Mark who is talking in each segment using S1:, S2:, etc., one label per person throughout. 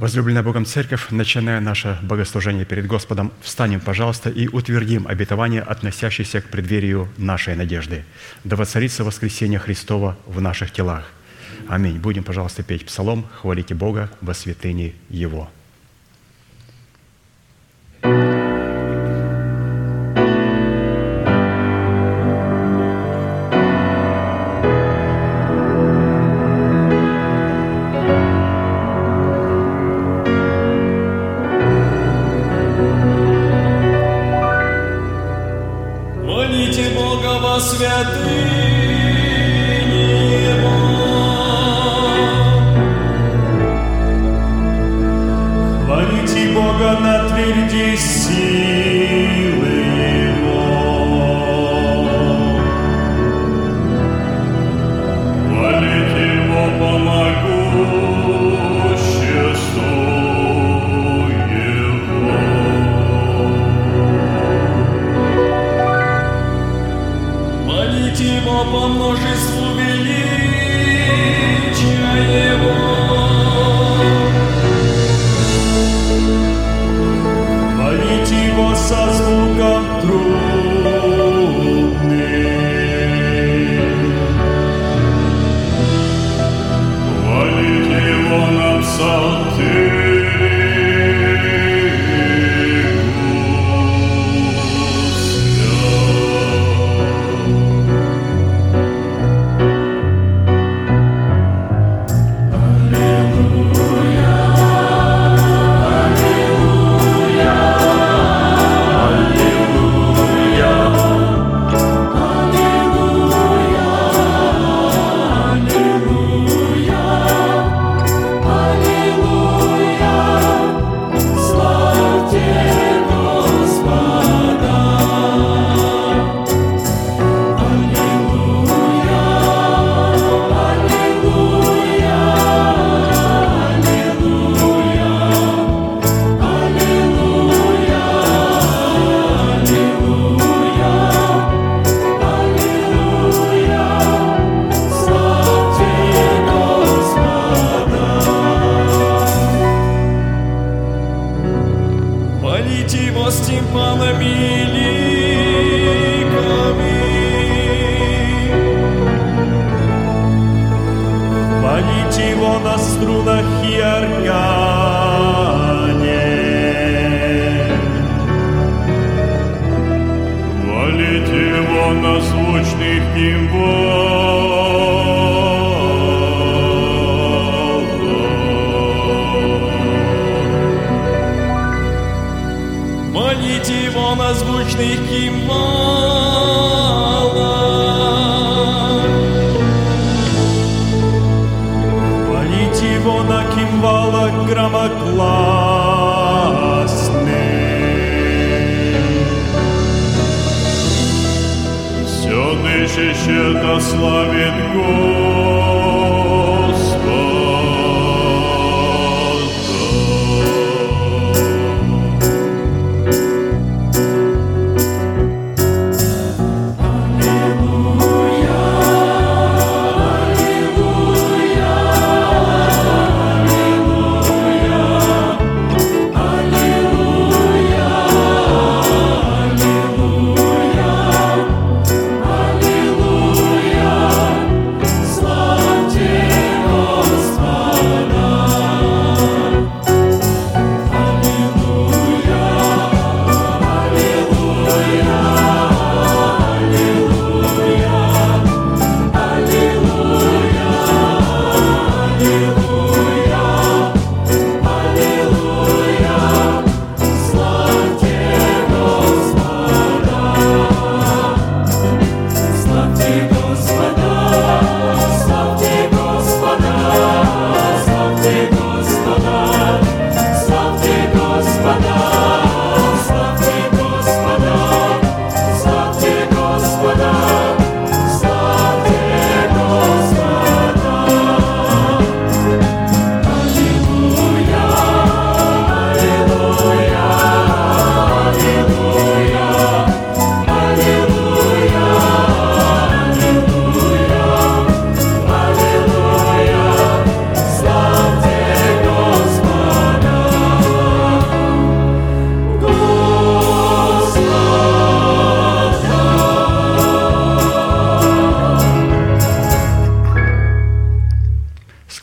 S1: Возлюбленная Богом Церковь, начиная наше богослужение перед Господом, встанем, пожалуйста, и утвердим обетование, относящееся к преддверию нашей надежды. Да воцарится воскресение Христова в наших телах. Аминь. Будем, пожалуйста, петь псалом «Хвалите Бога во святыне Его».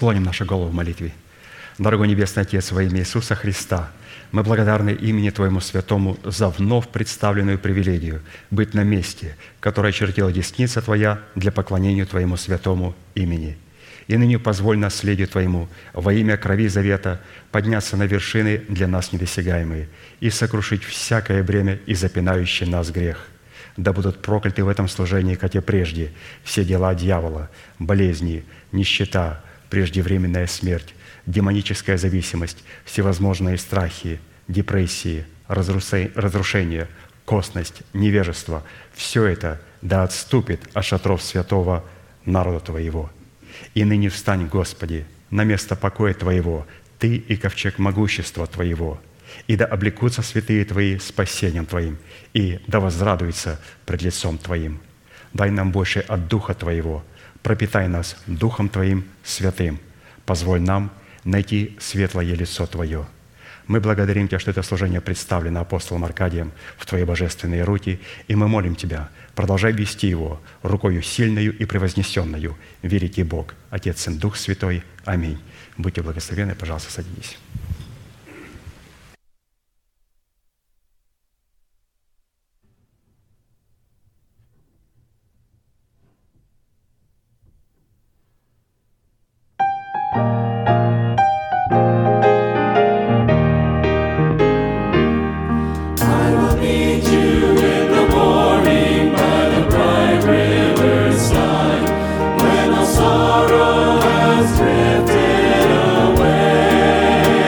S1: Склоним наши головы в молитве. Дорогой Небесный Отец, во имя Иисуса Христа, мы благодарны имени Твоему Святому за вновь представленную привилегию быть на месте, которое очертила десница Твоя для поклонения Твоему Святому имени. И ныне позволь наследию Твоему во имя крови завета подняться на вершины для нас недосягаемые и сокрушить всякое бремя и запинающий нас грех. Да будут прокляты в этом служении, как и прежде, все дела дьявола, болезни, нищета, преждевременная смерть, демоническая зависимость, всевозможные страхи, депрессии, разрушение, косность, невежество – все это да отступит от шатров святого народа Твоего. И ныне встань, Господи, на место покоя Твоего, Ты и ковчег могущества Твоего, и да облекутся святые Твои спасением Твоим, и да возрадуются пред лицом Твоим. Дай нам больше от Духа Твоего, пропитай нас Духом Твоим святым, позволь нам найти светлое лицо Твое. Мы благодарим Тебя, что это служение представлено апостолом Аркадием в Твои божественные руки, и мы молим Тебя, продолжай вести его рукою сильною и превознесенную, великий Бог, Отец, Сын, Дух Святой. Аминь. Будьте благословенны, пожалуйста, садитесь.
S2: Sorrow has drifted away.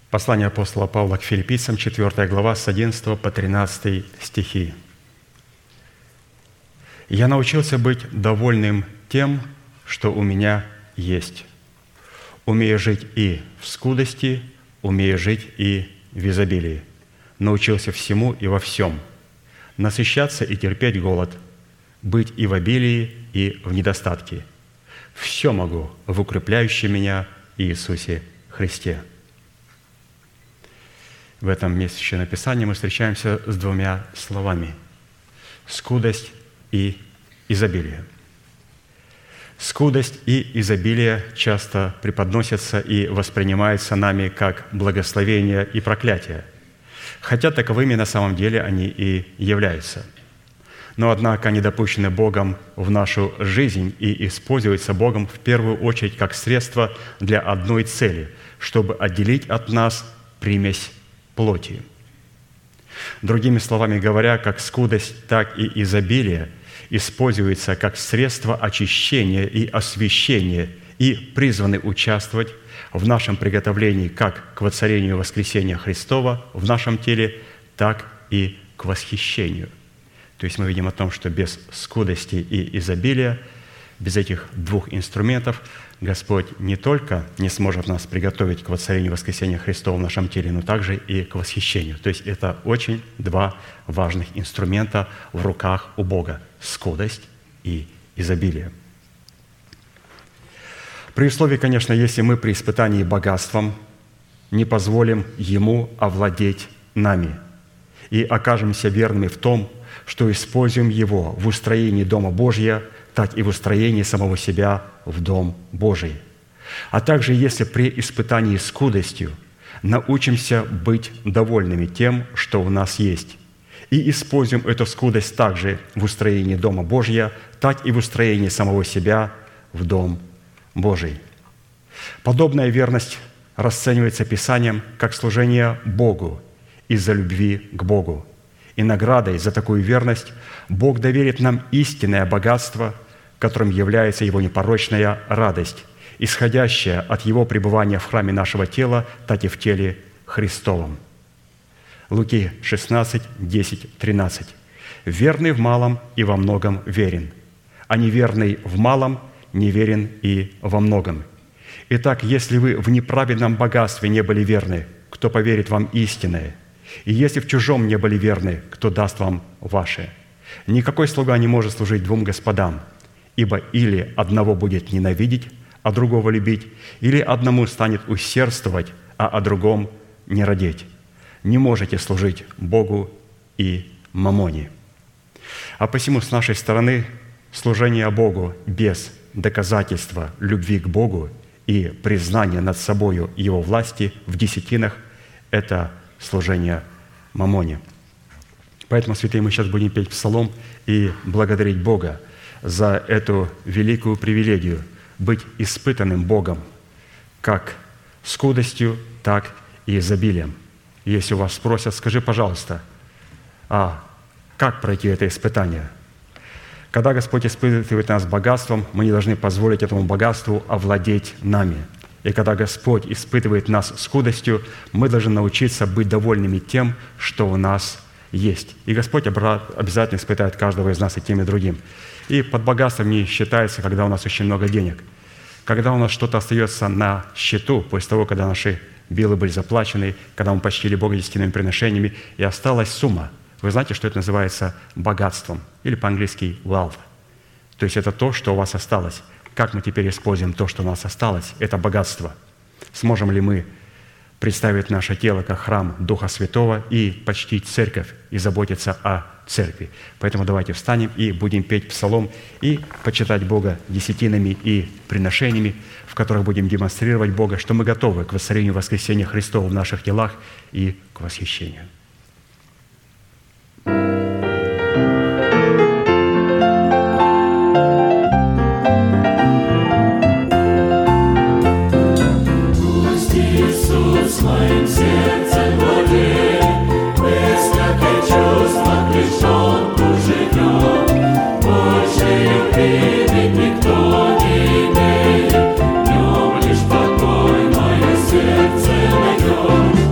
S1: Послание апостола Павла к филиппийцам, 4 глава, с 11 по 13 стихи. «Я научился быть довольным тем, что у меня есть. Умею жить и в скудости, умею жить и в изобилии. Научился всему и во всем. Насыщаться и терпеть голод, быть и в обилии, и в недостатке. Все могу в укрепляющем меня Иисусе Христе». В этом месте Священного Писания мы встречаемся с двумя словами – скудость и изобилие. Скудость и изобилие часто преподносятся и воспринимаются нами как благословение и проклятие, хотя таковыми на самом деле они и являются. Но, однако, они допущены Богом в нашу жизнь и используются Богом в первую очередь как средство для одной цели – чтобы отделить от нас примесь плоти. Другими словами говоря, как скудость, так и изобилие используются как средство очищения и освящения и призваны участвовать в нашем приготовлении как к воцарению воскресения Христова в нашем теле, так и к восхищению. То есть мы видим о том, что без скудости и изобилия, без этих двух инструментов Господь не только не сможет нас приготовить к воцарению воскресения Христова в нашем теле, но также и к восхищению. То есть это очень два важных инструмента в руках у Бога – скудость и изобилие. При условии, конечно, если мы при испытании богатством не позволим Ему овладеть нами и окажемся верными в том, что используем Его в устроении Дома Божия, так и в устроении самого себя в Дом Божий. А также, если при испытании скудостью научимся быть довольными тем, что у нас есть, и используем эту скудость также в устроении Дома Божия, так и в устроении самого себя в Дом Божий. Подобная верность расценивается Писанием как служение Богу из-за любви к Богу. И наградой за такую верность Бог доверит нам истинное богатство, которым является Его непорочная радость, исходящая от Его пребывания в храме нашего тела, так и в теле Христовом. Луки 16, 10, 13. «Верный в малом и во многом верен, а неверный в малом неверен и во многом. Итак, если вы в неправедном богатстве не были верны, кто поверит вам истинное? И если в чужом не были верны, кто даст вам ваше? Никакой слуга не может служить двум господам, ибо или одного будет ненавидеть, а другого любить, или одному станет усердствовать, а о другом не радеть. Не можете служить Богу и мамоне». А посему с нашей стороны служение Богу без доказательства любви к Богу и признания над собою Его власти в десятинах – это служение мамоне. Поэтому, святые, мы сейчас будем петь псалом и благодарить Бога за эту великую привилегию быть испытанным Богом как скудостью, так и изобилием. Если у вас спросят, скажи, пожалуйста, как пройти это испытание? Когда Господь испытывает нас богатством, мы не должны позволить этому богатству овладеть нами. И когда Господь испытывает нас скудостью, мы должны научиться быть довольными тем, что у нас есть. И Господь обязательно испытает каждого из нас и тем, и другим. И под богатством не считается, когда у нас очень много денег. Когда у нас что-то остается на счету, после того, когда наши билы были заплачены, когда мы почтили Бога десятинными приношениями, и осталась сумма. Вы знаете, что это называется богатством, или по-английски wealth. То есть это то, что у вас осталось. Как мы теперь используем то, что у нас осталось? Это богатство. Сможем ли мы представить наше тело как храм Духа Святого и почтить церковь и заботиться о церкви? Поэтому давайте встанем и будем петь псалом и почитать Бога десятинами и приношениями, в которых будем демонстрировать Бога, что мы готовы к воцарению воскресения Христова в наших телах и к восхищению.
S2: В моем сердце владеет, без всяких чувств отрешен живет. Больше любви ведь никто не имеет, в нем лишь покой мое сердце найдет.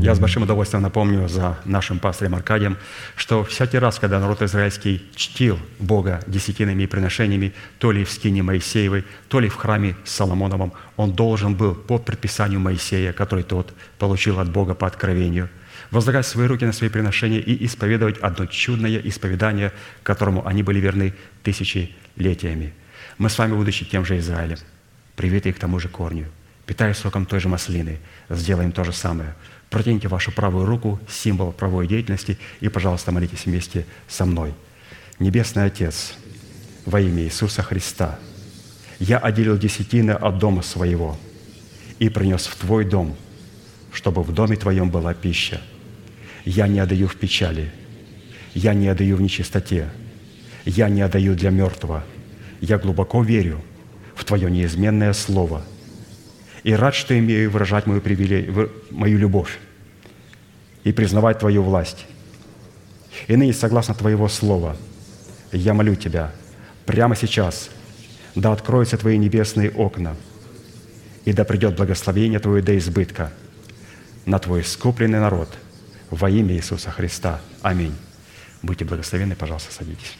S1: Я с большим удовольствием напомню за нашим пастырем Аркадием, что всякий раз, когда народ израильский чтил Бога десятинными приношениями, то ли в скине Моисеевой, то ли в храме Соломоновом, он должен был по предписанию Моисея, который тот получил от Бога по откровению, возлагать свои руки на свои приношения и исповедовать одно чудное исповедание, которому они были верны тысячелетиями. Мы с вами, будучи тем же Израилем, привитые к тому же корню, питаясь соком той же маслины, сделаем то же самое. Протяните вашу правую руку, символ правовой деятельности, и, пожалуйста, молитесь вместе со мной. Небесный Отец, во имя Иисуса Христа, я отделил десятины от дома своего и принес в Твой дом, чтобы в доме Твоем была пища. Я не отдаю в печали, я не отдаю в нечистоте, я не отдаю для мертвого. Я глубоко верю в Твое неизменное Слово и рад, что имею выражать мою любовь и признавать Твою власть. И ныне, согласно Твоего Слова, я молю Тебя прямо сейчас, да откроются Твои небесные окна, и да придет благословение Твое до избытка на Твой искупленный народ во имя Иисуса Христа. Аминь. Будьте благословенны, пожалуйста, садитесь.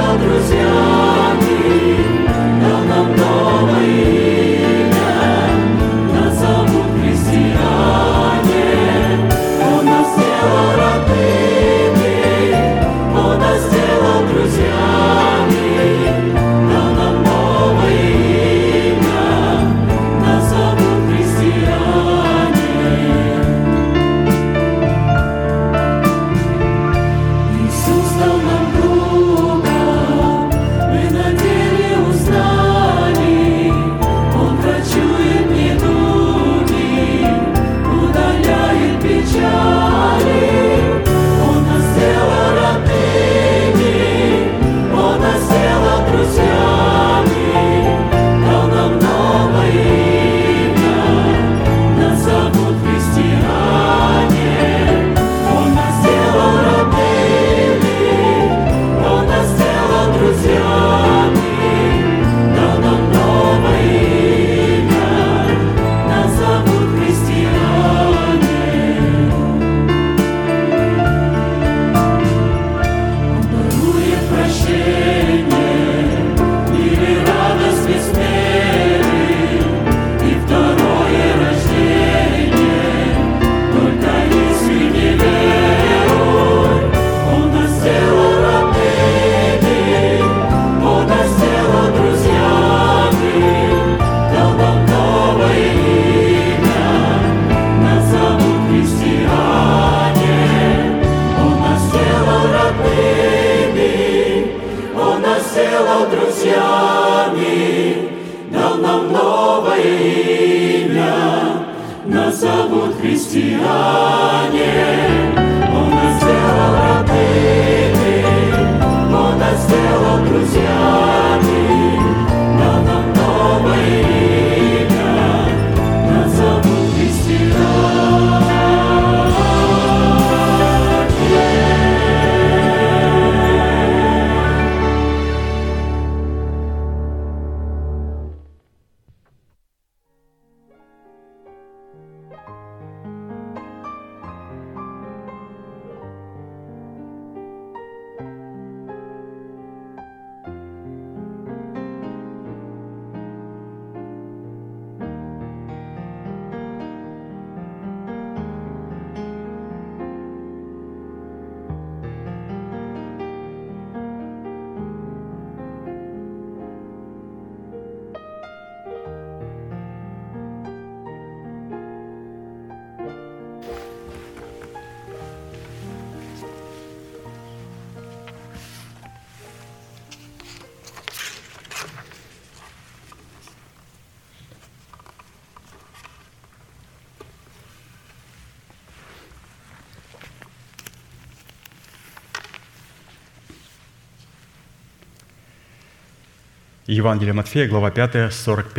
S1: Евангелие Матфея, глава 5,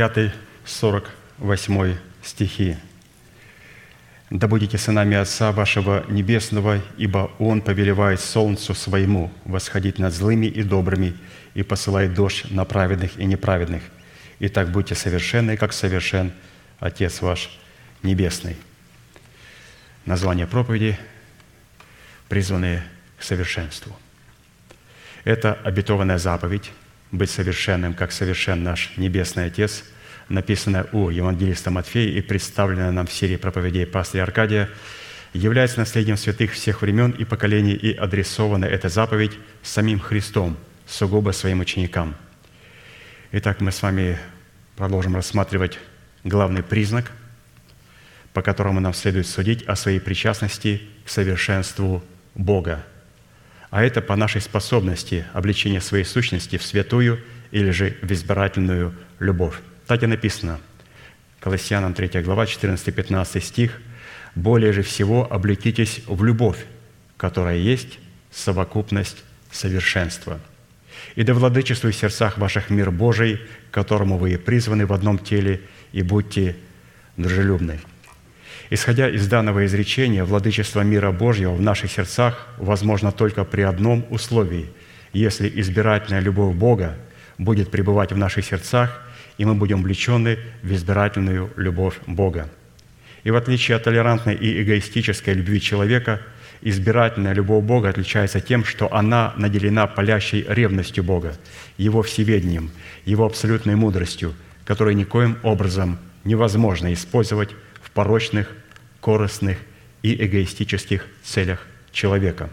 S1: 45-48 стихи. «Да будете сынами Отца вашего Небесного, ибо Он повелевает солнцу своему восходить над злыми и добрыми и посылает дождь на праведных и неправедных. Итак, будьте совершенны, как совершен Отец ваш Небесный». Название проповеди «Призванные к совершенству». Это обетованная заповедь быть совершенным, как совершен наш Небесный Отец, написанная у евангелиста Матфея и представленная нам в серии проповедей пастыря Аркадия, является наследием святых всех времен и поколений, и адресована эта заповедь самим Христом, сугубо своим ученикам. Итак, мы с вами продолжим рассматривать главный признак, по которому нам следует судить о своей причастности к совершенству Бога, а это по нашей способности обличения своей сущности в святую или же в избирательную любовь. Так и написано, Колоссянам 3 глава, 14-15 стих, «Более же всего облекитесь в любовь, которая есть совокупность совершенства. И да владычествует в сердцах ваших мир Божий, к которому вы и призваны в одном теле, и будьте дружелюбны». Исходя из данного изречения, владычество мира Божьего в наших сердцах возможно только при одном условии, если избирательная любовь Бога будет пребывать в наших сердцах, и мы будем влечены в избирательную любовь Бога. И в отличие от толерантной и эгоистической любви человека, избирательная любовь Бога отличается тем, что она наделена палящей ревностью Бога, Его всеведением, Его абсолютной мудростью, которую никоим образом невозможно использовать в порочных, корыстных и эгоистических целях человека.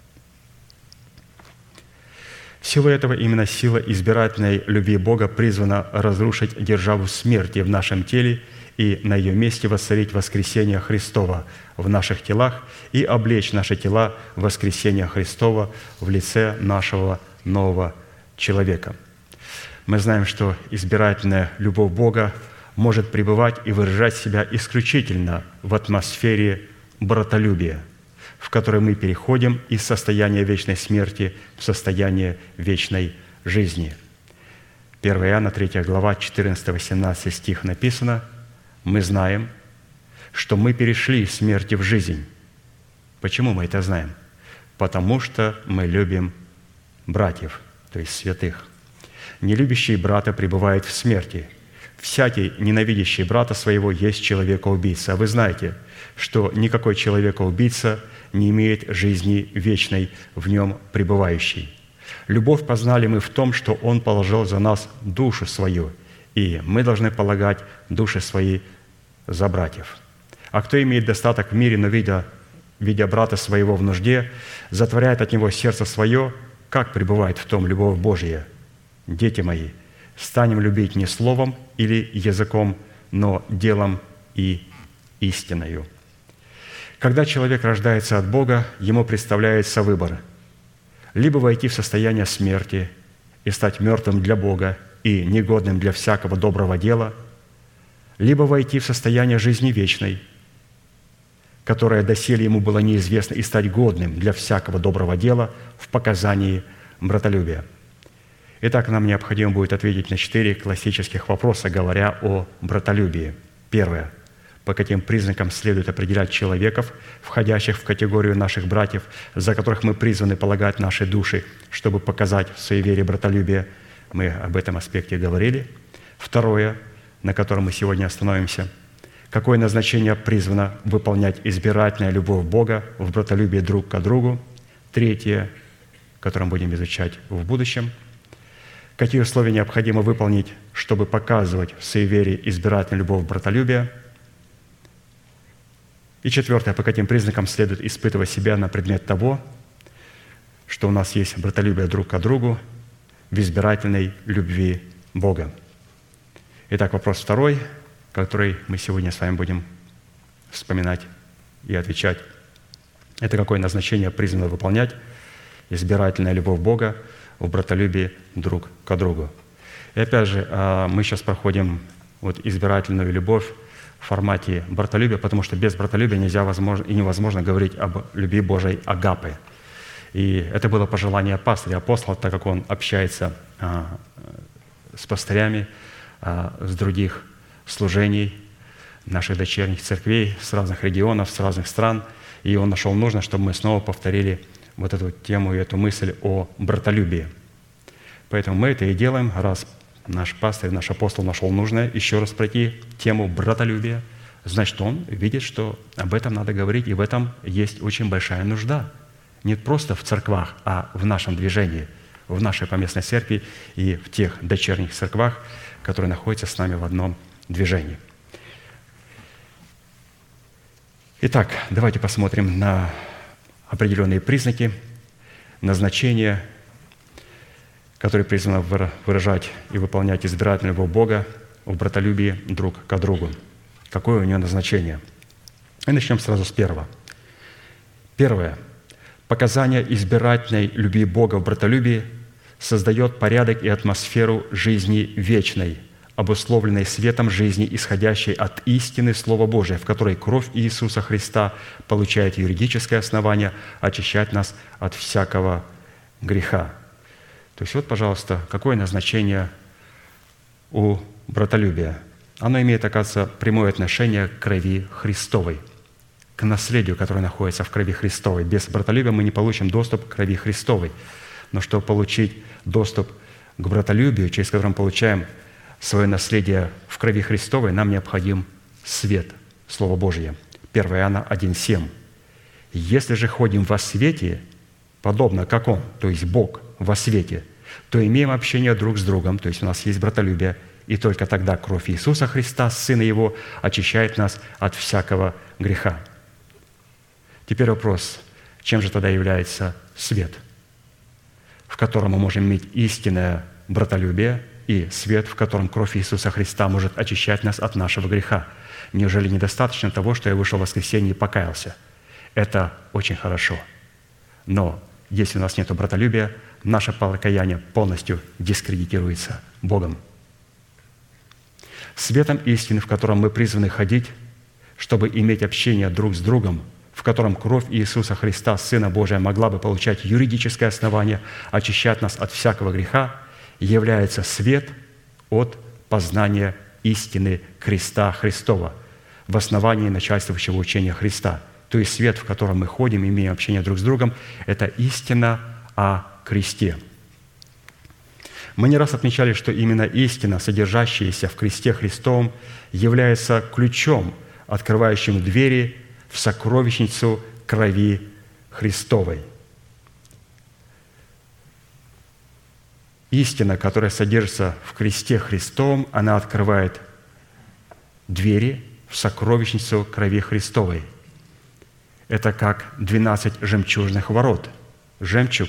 S1: В силу этого именно сила избирательной любви Бога призвана разрушить державу смерти в нашем теле и на ее месте воцарить воскресение Христова в наших телах и облечь наши тела в воскресение Христова в лице нашего нового человека. Мы знаем, что избирательная любовь Бога может пребывать и выражать себя исключительно в атмосфере братолюбия, в которой мы переходим из состояния вечной смерти в состояние вечной жизни. 1 Иоанна, 3 глава, 14-18 стих написано: «Мы знаем, что мы перешли из смерти в жизнь». Почему мы это знаем? Потому что мы любим братьев, то есть святых. Нелюбящий брата пребывает в смерти. Всякий, ненавидящий брата своего, есть человека-убийца. А вы знаете, что никакой человека-убийца не имеет жизни вечной в нем пребывающей. Любовь познали мы в том, что Он положил за нас душу свою, и мы должны полагать души свои за братьев. А кто имеет достаток в мире, но видя брата своего в нужде, затворяет от него сердце свое, как пребывает в том любовь Божия? Дети мои, станем любить не словом или языком, но делом и истиною. Когда человек рождается от Бога, ему представляется выбор: либо войти в состояние смерти и стать мертвым для Бога и негодным для всякого доброго дела, либо войти в состояние жизни вечной, которое доселе ему было неизвестно, и стать годным для всякого доброго дела в показании братолюбия. Итак, нам необходимо будет ответить на 4 классических вопроса, говоря о братолюбии. Первое. По каким признакам следует определять человеков, входящих в категорию наших братьев, за которых мы призваны полагать наши души, чтобы показать в своей вере братолюбие? Мы об этом аспекте говорили. Второе, на котором мы сегодня остановимся. Какое назначение призвано выполнять избирательная любовь Бога в братолюбии друг к другу? Третье, которое мы будем изучать в будущем. Какие условия необходимо выполнить, чтобы показывать в своей вере избирательную любовь братолюбия? И четвертое, по каким признакам следует испытывать себя на предмет того, что у нас есть братолюбие друг к другу в избирательной любви Бога. Итак, вопрос второй, который мы сегодня с вами будем вспоминать и отвечать. Это какое назначение призвано выполнять избирательная любовь Бога в братолюбии друг к другу. И опять же, мы сейчас проходим избирательную любовь в формате братолюбия, потому что без братолюбия нельзя и невозможно говорить об любви Божией агапы. И это было пожелание пастыря, апостола, так как он общается с пастырями с других служений, наших дочерних церквей, с разных регионов, с разных стран. И он нашел нужно, чтобы мы снова повторили вот эту тему и эту мысль о братолюбии. Поэтому мы это и делаем, раз наш пастырь, наш апостол нашел нужное еще раз пройти тему братолюбия, значит, он видит, что об этом надо говорить, и в этом есть очень большая нужда. Не просто в церквах, а в нашем движении, в нашей поместной церкви и в тех дочерних церквах, которые находятся с нами в одном движении. Итак, давайте посмотрим на определенные признаки, назначения, которые призваны выражать и выполнять избирательную любовь Бога в братолюбии друг к другу. Какое у нее назначение? И начнем сразу с первого. Первое. Показание избирательной любви Бога в братолюбии создает порядок и атмосферу жизни вечной, обусловленной светом жизни, исходящей от истины Слова Божия, в которой кровь Иисуса Христа получает юридическое основание очищать нас от всякого греха. То есть вот, пожалуйста, какое назначение у братолюбия? Оно имеет, оказывается, прямое отношение к крови Христовой, к наследию, которое находится в крови Христовой. Без братолюбия мы не получим доступ к крови Христовой. Но чтобы получить доступ к братолюбию, через который мы получаем свое наследие в крови Христовой, нам необходим свет, Слово Божье. 1 Иоанна 1,7. Если же ходим во свете, подобно как Он, то есть Бог во свете, то имеем общение друг с другом, то есть у нас есть братолюбие, и только тогда кровь Иисуса Христа, Сына Его, очищает нас от всякого греха». Теперь вопрос, чем же тогда является свет, в котором мы можем иметь истинное братолюбие, и свет, в котором кровь Иисуса Христа может очищать нас от нашего греха? Неужели недостаточно того, что я вышел в воскресенье и покаялся? Это очень хорошо. Но если у нас нет братолюбия, наше покаяние полностью дискредитируется Богом. Светом истины, в котором мы призваны ходить, чтобы иметь общение друг с другом, в котором кровь Иисуса Христа, Сына Божия, могла бы получать юридическое основание, очищать нас от всякого греха, является свет от познания истины креста Христова в основании начальствующего учения Христа. То есть свет, в котором мы ходим, имеем общение друг с другом, это истина о кресте. Мы не раз отмечали, что именно истина, содержащаяся в кресте Христовом, является ключом, открывающим двери в сокровищницу крови Христовой. Истина, которая содержится в кресте Христовом, она открывает двери в сокровищницу крови Христовой. Это как 12 жемчужных ворот. Жемчуг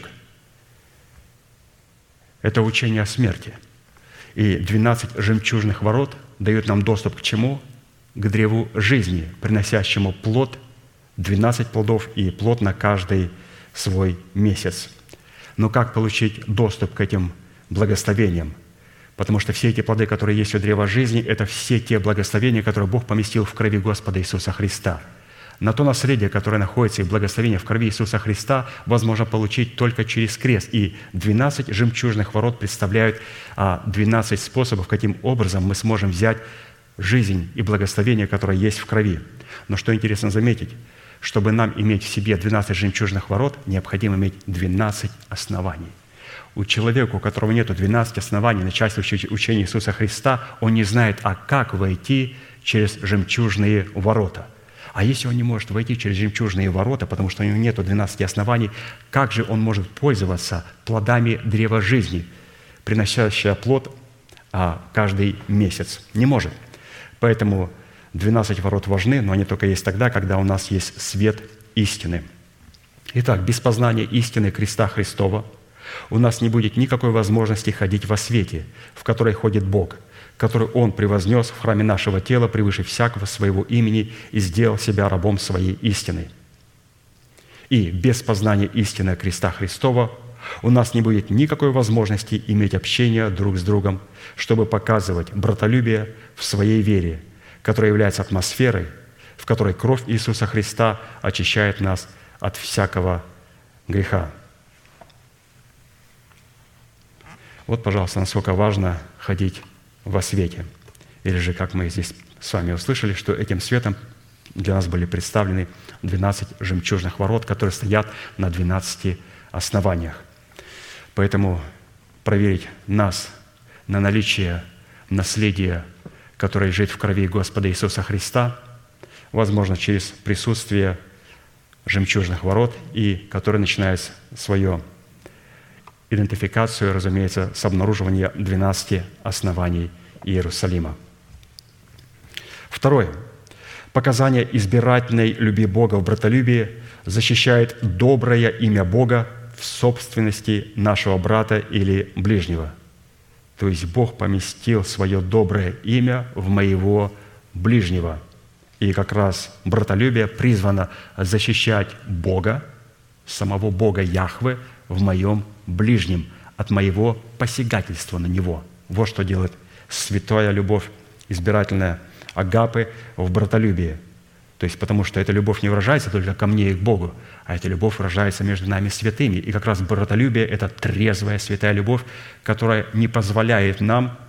S1: – это учение о смерти. И 12 жемчужных ворот дают нам доступ к чему? К древу жизни, приносящему плод, 12 плодов и плод на каждый свой месяц. Но как получить доступ к этим благословениям? Потому что все эти плоды, которые есть у древа жизни, это все те благословения, которые Бог поместил в крови Господа Иисуса Христа. На то наследие, которое находится и благословение в крови Иисуса Христа, возможно получить только через крест. И 12 жемчужных ворот представляют 12 способов, каким образом мы сможем взять жизнь и благословение, которое есть в крови. Но что интересно заметить, чтобы нам иметь в себе 12 жемчужных ворот, необходимо иметь 12 оснований. У человека, у которого нет 12 оснований, начальствующих учение Иисуса Христа, он не знает, как войти через жемчужные ворота. А если он не может войти через жемчужные ворота, потому что у него нет 12 оснований, как же он может пользоваться плодами древа жизни, приносящего плод каждый месяц? Не может. Поэтому 12 ворот важны, но они только есть тогда, когда у нас есть свет истины. Итак, без познания истины креста Христова у нас не будет никакой возможности ходить во свете, в которой ходит Бог, который Он превознес в храме нашего тела превыше всякого своего имени и сделал себя рабом своей истины. И без познания истины креста Христова у нас не будет никакой возможности иметь общение друг с другом, чтобы показывать братолюбие в своей вере, которая является атмосферой, в которой кровь Иисуса Христа очищает нас от всякого греха. Вот, пожалуйста, насколько важно ходить во свете. Или же, как мы здесь с вами услышали, что этим светом для нас были представлены 12 жемчужных ворот, которые стоят на 12 основаниях. Поэтому проверить нас на наличие наследия, которое лежит в крови Господа Иисуса Христа, возможно, через присутствие жемчужных ворот, и который начинает свою идентификацию, разумеется, с обнаруживания 12 оснований Иерусалима. Второе. Показание избирательной любви Бога в братолюбии защищает доброе имя Бога в собственности нашего брата или ближнего. То есть Бог поместил свое доброе имя в моего ближнего. И как раз братолюбие призвано защищать Бога, самого Бога Яхве, в моем ближнем, от моего посягательства на Него. Вот что делает святая любовь, избирательная агапы в братолюбии. То есть потому что эта любовь не выражается только ко мне и к Богу, а эта любовь выражается между нами святыми. И как раз братолюбие – это трезвая святая любовь, которая не позволяет нам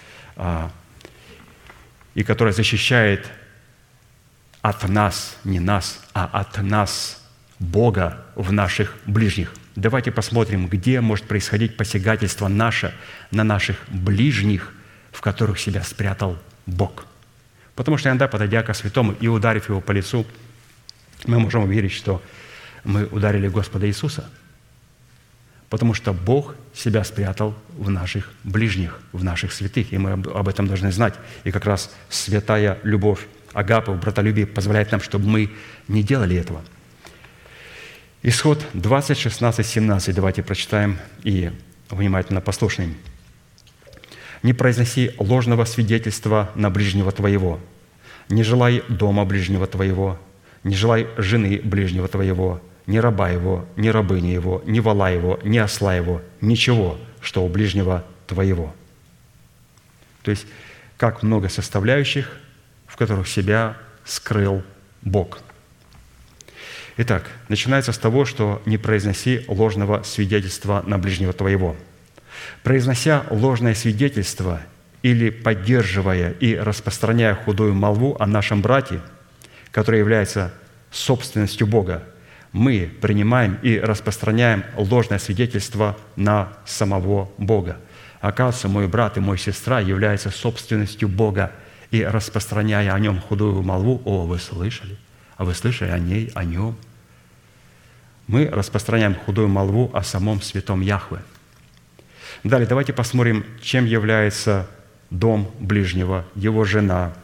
S1: и которая защищает от нас, не нас, а от нас Бога в наших ближних. Давайте посмотрим, где может происходить посягательство наше на наших ближних, в которых себя спрятал Бог. Потому что иногда, подойдя ко святому и ударив его по лицу, мы можем увидеть, что Мы ударили Господа Иисуса, потому что Бог себя спрятал в наших ближних, в наших святых, и мы об этом должны знать. И как раз святая любовь, агапа, братолюбие позволяет нам, чтобы мы не делали этого. Исход 20, 16, 17. Давайте прочитаем и внимательно послушаем. «Не произноси ложного свидетельства на ближнего твоего, не желай дома ближнего твоего, не желай жены ближнего твоего, ни раба его, ни рабыни его, ни вола его, ни осла его, ничего, что у ближнего твоего». То есть, как много составляющих, в которых себя скрыл Бог. Итак, начинается с того, что не произноси ложного свидетельства на ближнего твоего. Произнося ложное свидетельство или поддерживая и распространяя худую молву о нашем брате, который является собственностью Бога, мы принимаем и распространяем ложное свидетельство на самого Бога. Оказывается, мой брат и моя сестра являются собственностью Бога, и распространяя о нем худую молву, «О, вы слышали? А вы слышали о ней, о нем?» Мы распространяем худую молву о самом святом Яхве. Далее давайте посмотрим, чем является дом ближнего, его жена,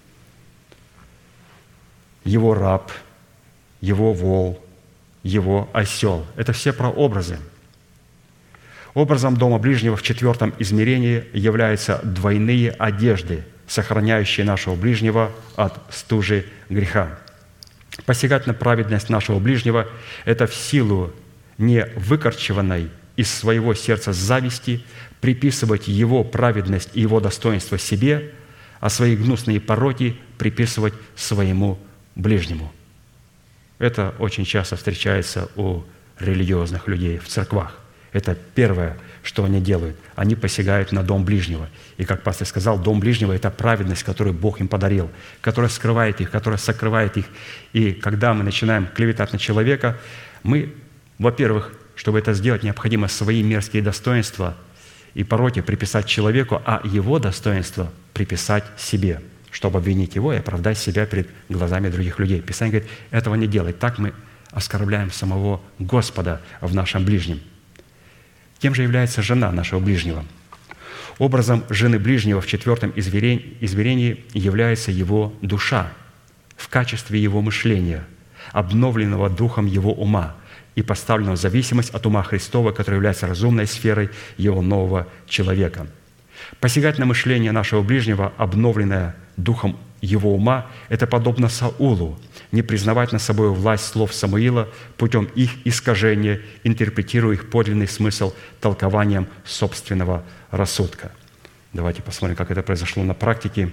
S1: его раб, его вол, его осел. Это все прообразы. Образом дома ближнего в 4 измерении являются двойные одежды, сохраняющие нашего ближнего от стужи греха. Посягать на праведность нашего ближнего – это в силу не выкорчеванной из своего сердца зависти приписывать его праведность и его достоинство себе, а свои гнусные пороки приписывать своему ближнему. Это очень часто встречается у религиозных людей в церквах. Это первое, что они делают. Они посягают на дом ближнего. И, как пастор сказал, дом ближнего – это праведность, которую Бог им подарил, которая скрывает их, которая сокрывает их. И когда мы начинаем клеветать на человека, мы, во-первых, чтобы это сделать, необходимо свои мерзкие достоинства и пороки приписать человеку, а его достоинства приписать себе, чтобы обвинить его и оправдать себя перед глазами других людей. Писание говорит, этого не делай. Так мы оскорбляем самого Господа в нашем ближнем. Кем же является жена нашего ближнего? Образом жены ближнего в 4 измерении является его душа в качестве его мышления, обновленного духом его ума и поставленного в зависимость от ума Христова, который является разумной сферой его нового человека. Посягать на мышление нашего ближнего, обновленное духом его ума, это подобно Саулу, не признавать над собой власть слов Самуила путем их искажения, интерпретируя их подлинный смысл толкованием собственного рассудка. Давайте посмотрим, как это произошло на практике.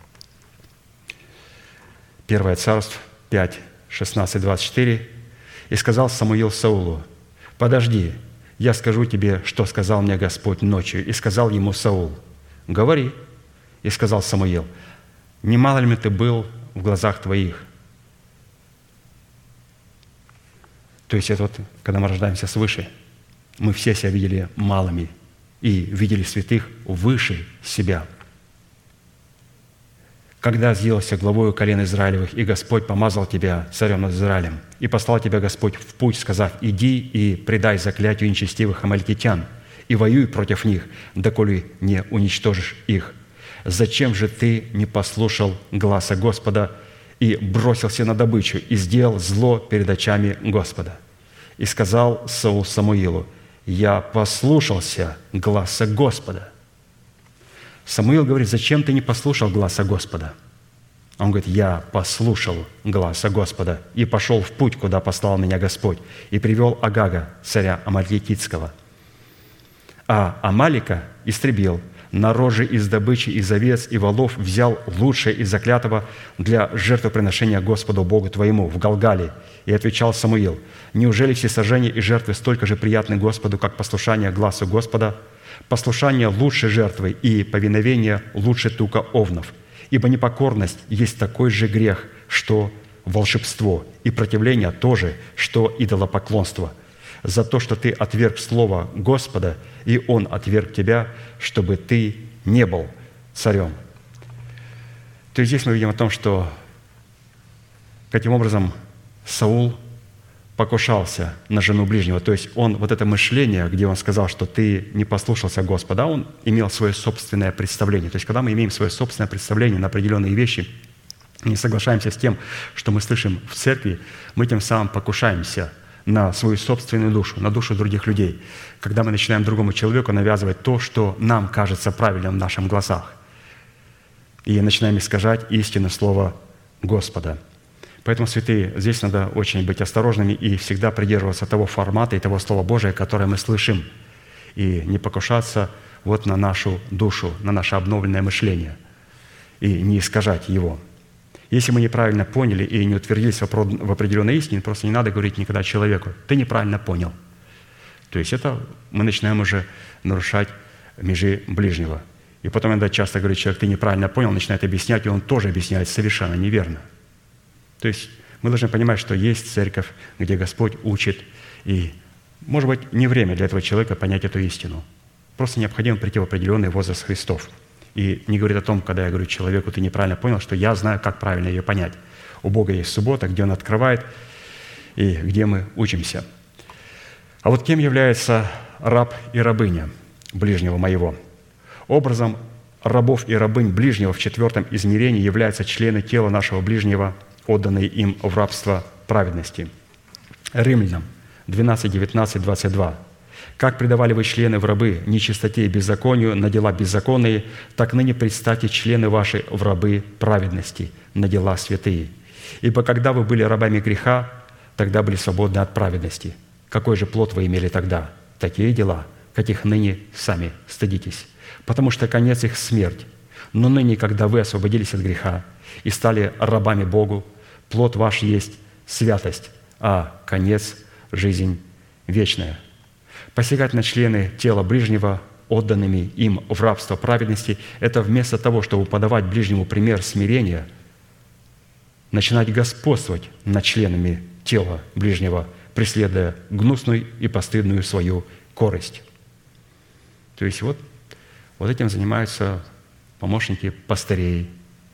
S1: 1 Царств 5, 16, 24. «И сказал Самуил Саулу, подожди, я скажу тебе, что сказал мне Господь ночью. И сказал ему Саул, говори. И сказал Самуил, немало ли ты был в глазах твоих?» То есть это вот, когда мы рождаемся свыше, мы все себя видели малыми и видели святых выше себя. Когда сделался главою колен Израилевых, и Господь помазал тебя царем над Израилем, и послал тебя Господь в путь, сказав, иди и предай заклятию нечестивых амалькитян, и воюй против них, доколе не уничтожишь их. Зачем же ты не послушал гласа Господа и бросился на добычу, и сделал зло перед очами Господа? И сказал Саул Самуилу, я послушался гласа Господа. Самуил говорит, зачем ты не послушал гласа Господа? Он говорит, я послушал гласа Господа и пошел в путь, куда послал меня Господь, и привел Агага, царя Амаликитского. А Амалика истребил, на роже из добычи, из овец и волов взял лучшее из заклятого для жертвоприношения Господу Богу твоему в Галгале. И отвечал Самуил, неужели всесожжения и жертвы столько же приятны Господу, как послушание гласу Господа? Послушание лучше жертвы и повиновение лучше тука овнов. Ибо непокорность есть такой же грех, что волшебство, и противление тоже, что идолопоклонство. За то, что ты отверг слово Господа, и Он отверг тебя, чтобы ты не был царем». То есть здесь мы видим о том, что каким образом Саул покушался на жену ближнего, то есть он, вот это мышление, где он сказал, что ты не послушался Господа, он имел свое собственное представление. То есть когда мы имеем свое собственное представление на определенные вещи, не соглашаемся с тем, что мы слышим в церкви, мы тем самым покушаемся на свою собственную душу, на душу других людей, когда мы начинаем другому человеку навязывать то, что нам кажется правильным в наших глазах, и начинаем искажать истину слова Господа. Поэтому, святые, здесь надо очень быть осторожными и всегда придерживаться того формата и того Слова Божия, которое мы слышим, и не покушаться вот на нашу душу, на наше обновленное мышление, и не искажать его. Если мы неправильно поняли и не утвердились в определенной истине, просто не надо говорить никогда человеку: «Ты неправильно понял». То есть это мы начинаем уже нарушать межи ближнего. И потом иногда часто говорит человек: «Ты неправильно понял», начинает объяснять, и он тоже объясняет совершенно неверно. То есть мы должны понимать, что есть церковь, где Господь учит, и, может быть, не время для этого человека понять эту истину. Просто необходимо прийти в определенный возраст Христов. И не говорит о том, когда я говорю человеку: «Ты неправильно понял», что я знаю, как правильно ее понять. У Бога есть суббота, где Он открывает, и где мы учимся. А вот кем является раб и рабыня ближнего моего? Образом рабов и рабынь ближнего в 4 измерении являются члены тела нашего ближнего, отданные им в рабство праведности. Римлянам 12, 19, 22. «Как предавали вы члены в рабы нечистоте и беззаконию на дела беззаконные, так ныне представьте члены ваши в рабы праведности на дела святые. Ибо когда вы были рабами греха, тогда были свободны от праведности. Какой же плод вы имели тогда? Такие дела, каких ныне сами стыдитесь. Потому что конец их – смерть. Но ныне, когда вы освободились от греха и стали рабами Богу, плод ваш есть святость, а конец – жизнь вечная». Посягать на члены тела ближнего, отданными им в рабство праведности, это вместо того, чтобы подавать ближнему пример смирения, начинать господствовать над членами тела ближнего, преследуя гнусную и постыдную свою корость. То есть вот этим занимаются помощники пастырей.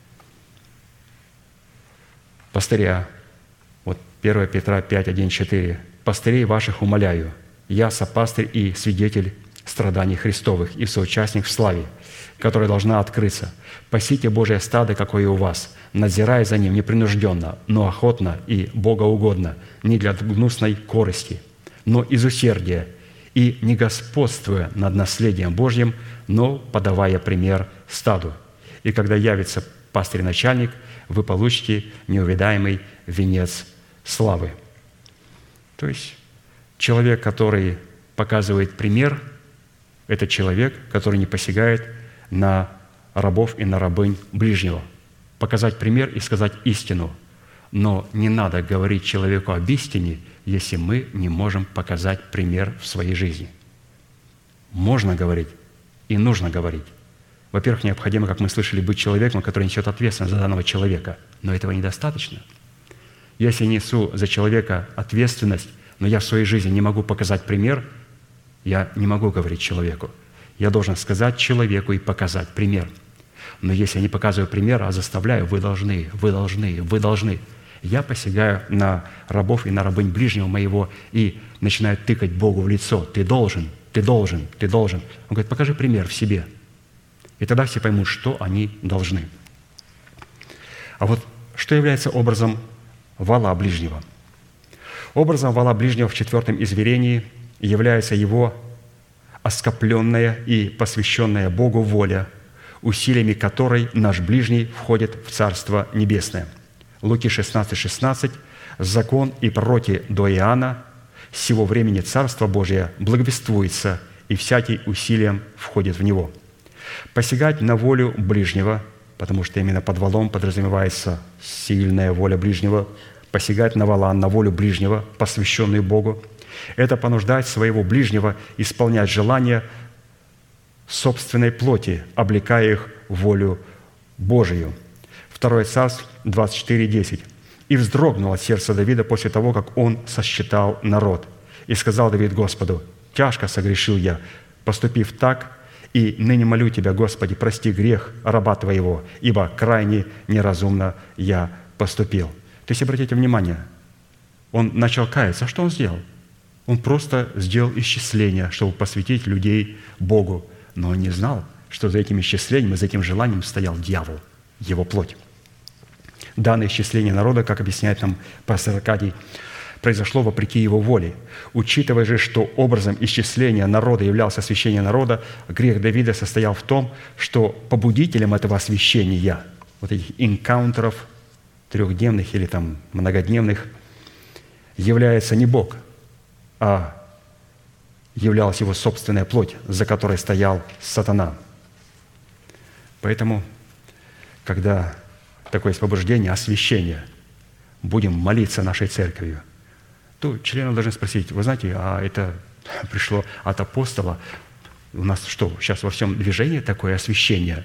S1: Пастыря. Вот 1 Петра 5, 1, 4. «Пастырей ваших умоляю, я сопастырь и свидетель страданий Христовых и соучастник в славе, которая должна открыться. Пасите Божие стадо, какое у вас, надзирая за ним непринужденно, но охотно и богоугодно, не для гнусной корысти, но из усердия, и не господствуя над наследием Божьим, но подавая пример стаду. И когда явится пастырь-начальник, вы получите неувидаемый венец славы». То есть человек, который показывает пример, это человек, который не посягает на рабов и на рабынь ближнего. Показать пример и сказать истину. Но не надо говорить человеку об истине, если мы не можем показать пример в своей жизни. Можно говорить и нужно говорить. Во-первых, необходимо, как мы слышали, быть человеком, который несет ответственность за данного человека. Но этого недостаточно. Если я несу за человека ответственность, но я в своей жизни не могу показать пример, я не могу говорить человеку. Я должен сказать человеку и показать пример. Но если я не показываю пример, а заставляю: вы должны, вы должны, вы должны, я посягаю на рабов и на рабынь ближнего моего и начинаю тыкать Богу в лицо: ты должен, ты должен, ты должен. Он говорит: покажи пример в себе. И тогда все поймут, что они должны. А вот что является образом вала ближнего? Образом вала ближнего в 4 измерении является его оскопленная и посвященная Богу воля, усилиями которой наш ближний входит в Царство Небесное. Луки 16, 16. «Закон и пророки до Иоанна, с сего времени Царство Божие благовествуется, и всякий усилием входит в него». Посягать на волю ближнего, потому что именно под валом подразумевается сильная воля ближнего, посягать на вала, на волю ближнего, посвященную Богу, это понуждать своего ближнего исполнять желания собственной плоти, облекая их в волю Божию. 2 Царств 24, 10. «И вздрогнуло сердце Давида после того, как он сосчитал народ. И сказал Давид Господу: тяжко согрешил я, поступив так, и ныне молю Тебя, Господи, прости грех раба Твоего, ибо крайне неразумно я поступил». То есть, обратите внимание, он начал каяться. А что он сделал? Он просто сделал исчисление, чтобы посвятить людей Богу. Но он не знал, что за этим исчислением и за этим желанием стоял дьявол, его плоть. Данное исчисление народа, как объясняет нам пастор Аркадий, произошло вопреки его воле. Учитывая же, что образом исчисления народа являлся освящение народа, грех Давида состоял в том, что побудителем этого освящения, вот этих энкаунтеров трехдневных или там многодневных, является не Бог, а являлась его собственная плоть, за которой стоял сатана. Поэтому, когда такое есть побуждение, освящение, будем молиться нашей церковью, то члены должны спросить: вы знаете, а это пришло от апостола? У нас что, сейчас во всем движении такое освящение?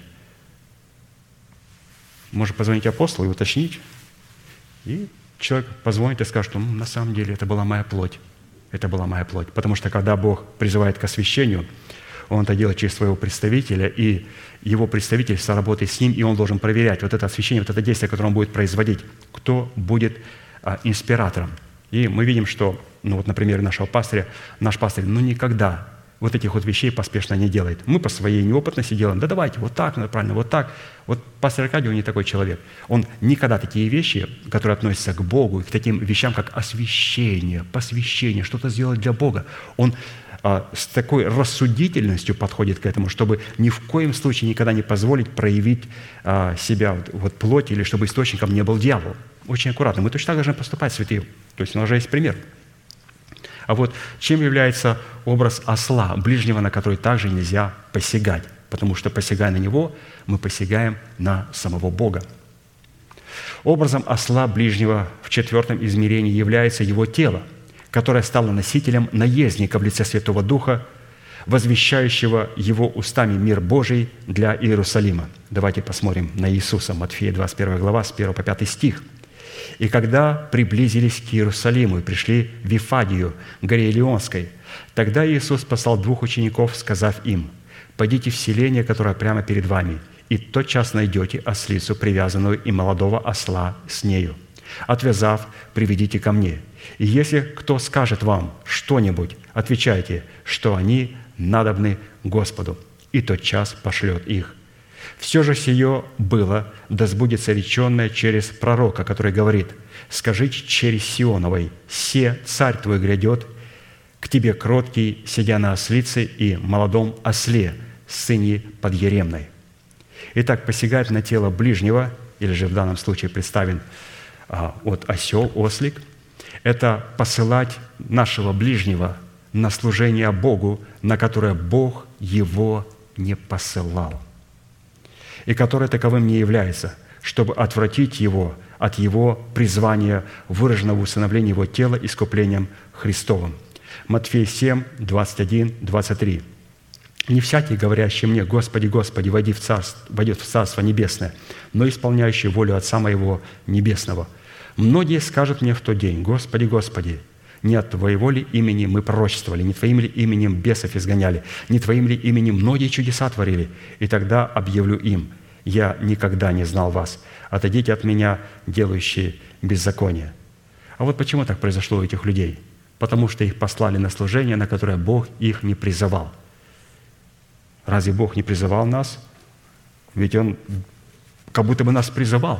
S1: Можно позвонить апостолу и уточнить. И человек позвонит и скажет, что на самом деле это была моя плоть. Это была моя плоть. Потому что когда Бог призывает к освящению, Он это делает через своего представителя, и его представитель соработает с ним, и он должен проверять вот это освящение, вот это действие, которое он будет производить, кто будет инспиратором. И мы видим, что, вот на примере нашего пастыря, наш пастырь никогда вот этих вот вещей поспешно не делает. Мы по своей неопытности делаем, да давайте, вот так, правильно, вот так. Вот пастор Аркадий, он не такой человек. Он никогда такие вещи, которые относятся к Богу, к таким вещам, как освящение, посвящение, что-то сделать для Бога, он с такой рассудительностью подходит к этому, чтобы ни в коем случае никогда не позволить проявить себя, вот плоть, или чтобы источником не был дьявол. Очень аккуратно. Мы точно так должны поступать, святые. То есть у нас уже есть пример. А вот чем является образ осла, ближнего, на который также нельзя посягать? Потому что, посягая на него, мы посягаем на самого Бога. Образом осла ближнего в четвертом измерении является его тело, которое стало носителем наездника в лице Святого Духа, возвещающего его устами мир Божий для Иерусалима. Давайте посмотрим на Иисуса, Матфея 21 глава, с 1 по 5 стих. «И когда приблизились к Иерусалиму и пришли в Вифагию, горе Илионской, тогда Иисус послал 2 учеников, сказав им: «Пойдите в селение, которое прямо перед вами, и тотчас найдете ослицу, привязанную, и молодого осла с нею. Отвязав, приведите ко мне. И если кто скажет вам что-нибудь, отвечайте, что они надобны Господу, и тотчас пошлет их. Все же сие было, да сбудется реченное через пророка, который говорит: скажите через Сионовой: се царь твой грядет, к тебе кроткий, сидя на ослице и молодом осле, сыне подъеремной». Итак, посягать на тело ближнего, или же в данном случае представлен осел, ослик, это посылать нашего ближнего на служение Богу, на которое Бог его не посылал, и которое таковым не является, чтобы отвратить его от его призвания, выраженного в усыновлении его тела искуплением Христовым. Матфея 7, 21, 23. «Не всякий, говорящий мне: Господи, Господи, войдет в Царство Небесное, но исполняющий волю Отца Моего Небесного. Многие скажут мне в тот день: Господи, Господи, не от Твоего ли имени мы пророчествовали, не Твоим ли именем бесов изгоняли, не Твоим ли именем многие чудеса творили? И тогда объявлю им: я никогда не знал вас. Отойдите от меня, делающие беззаконие». А вот почему так произошло у этих людей? Потому что их послали на служение, на которое Бог их не призывал. Разве Бог не призывал нас? Ведь Он как будто бы нас призывал.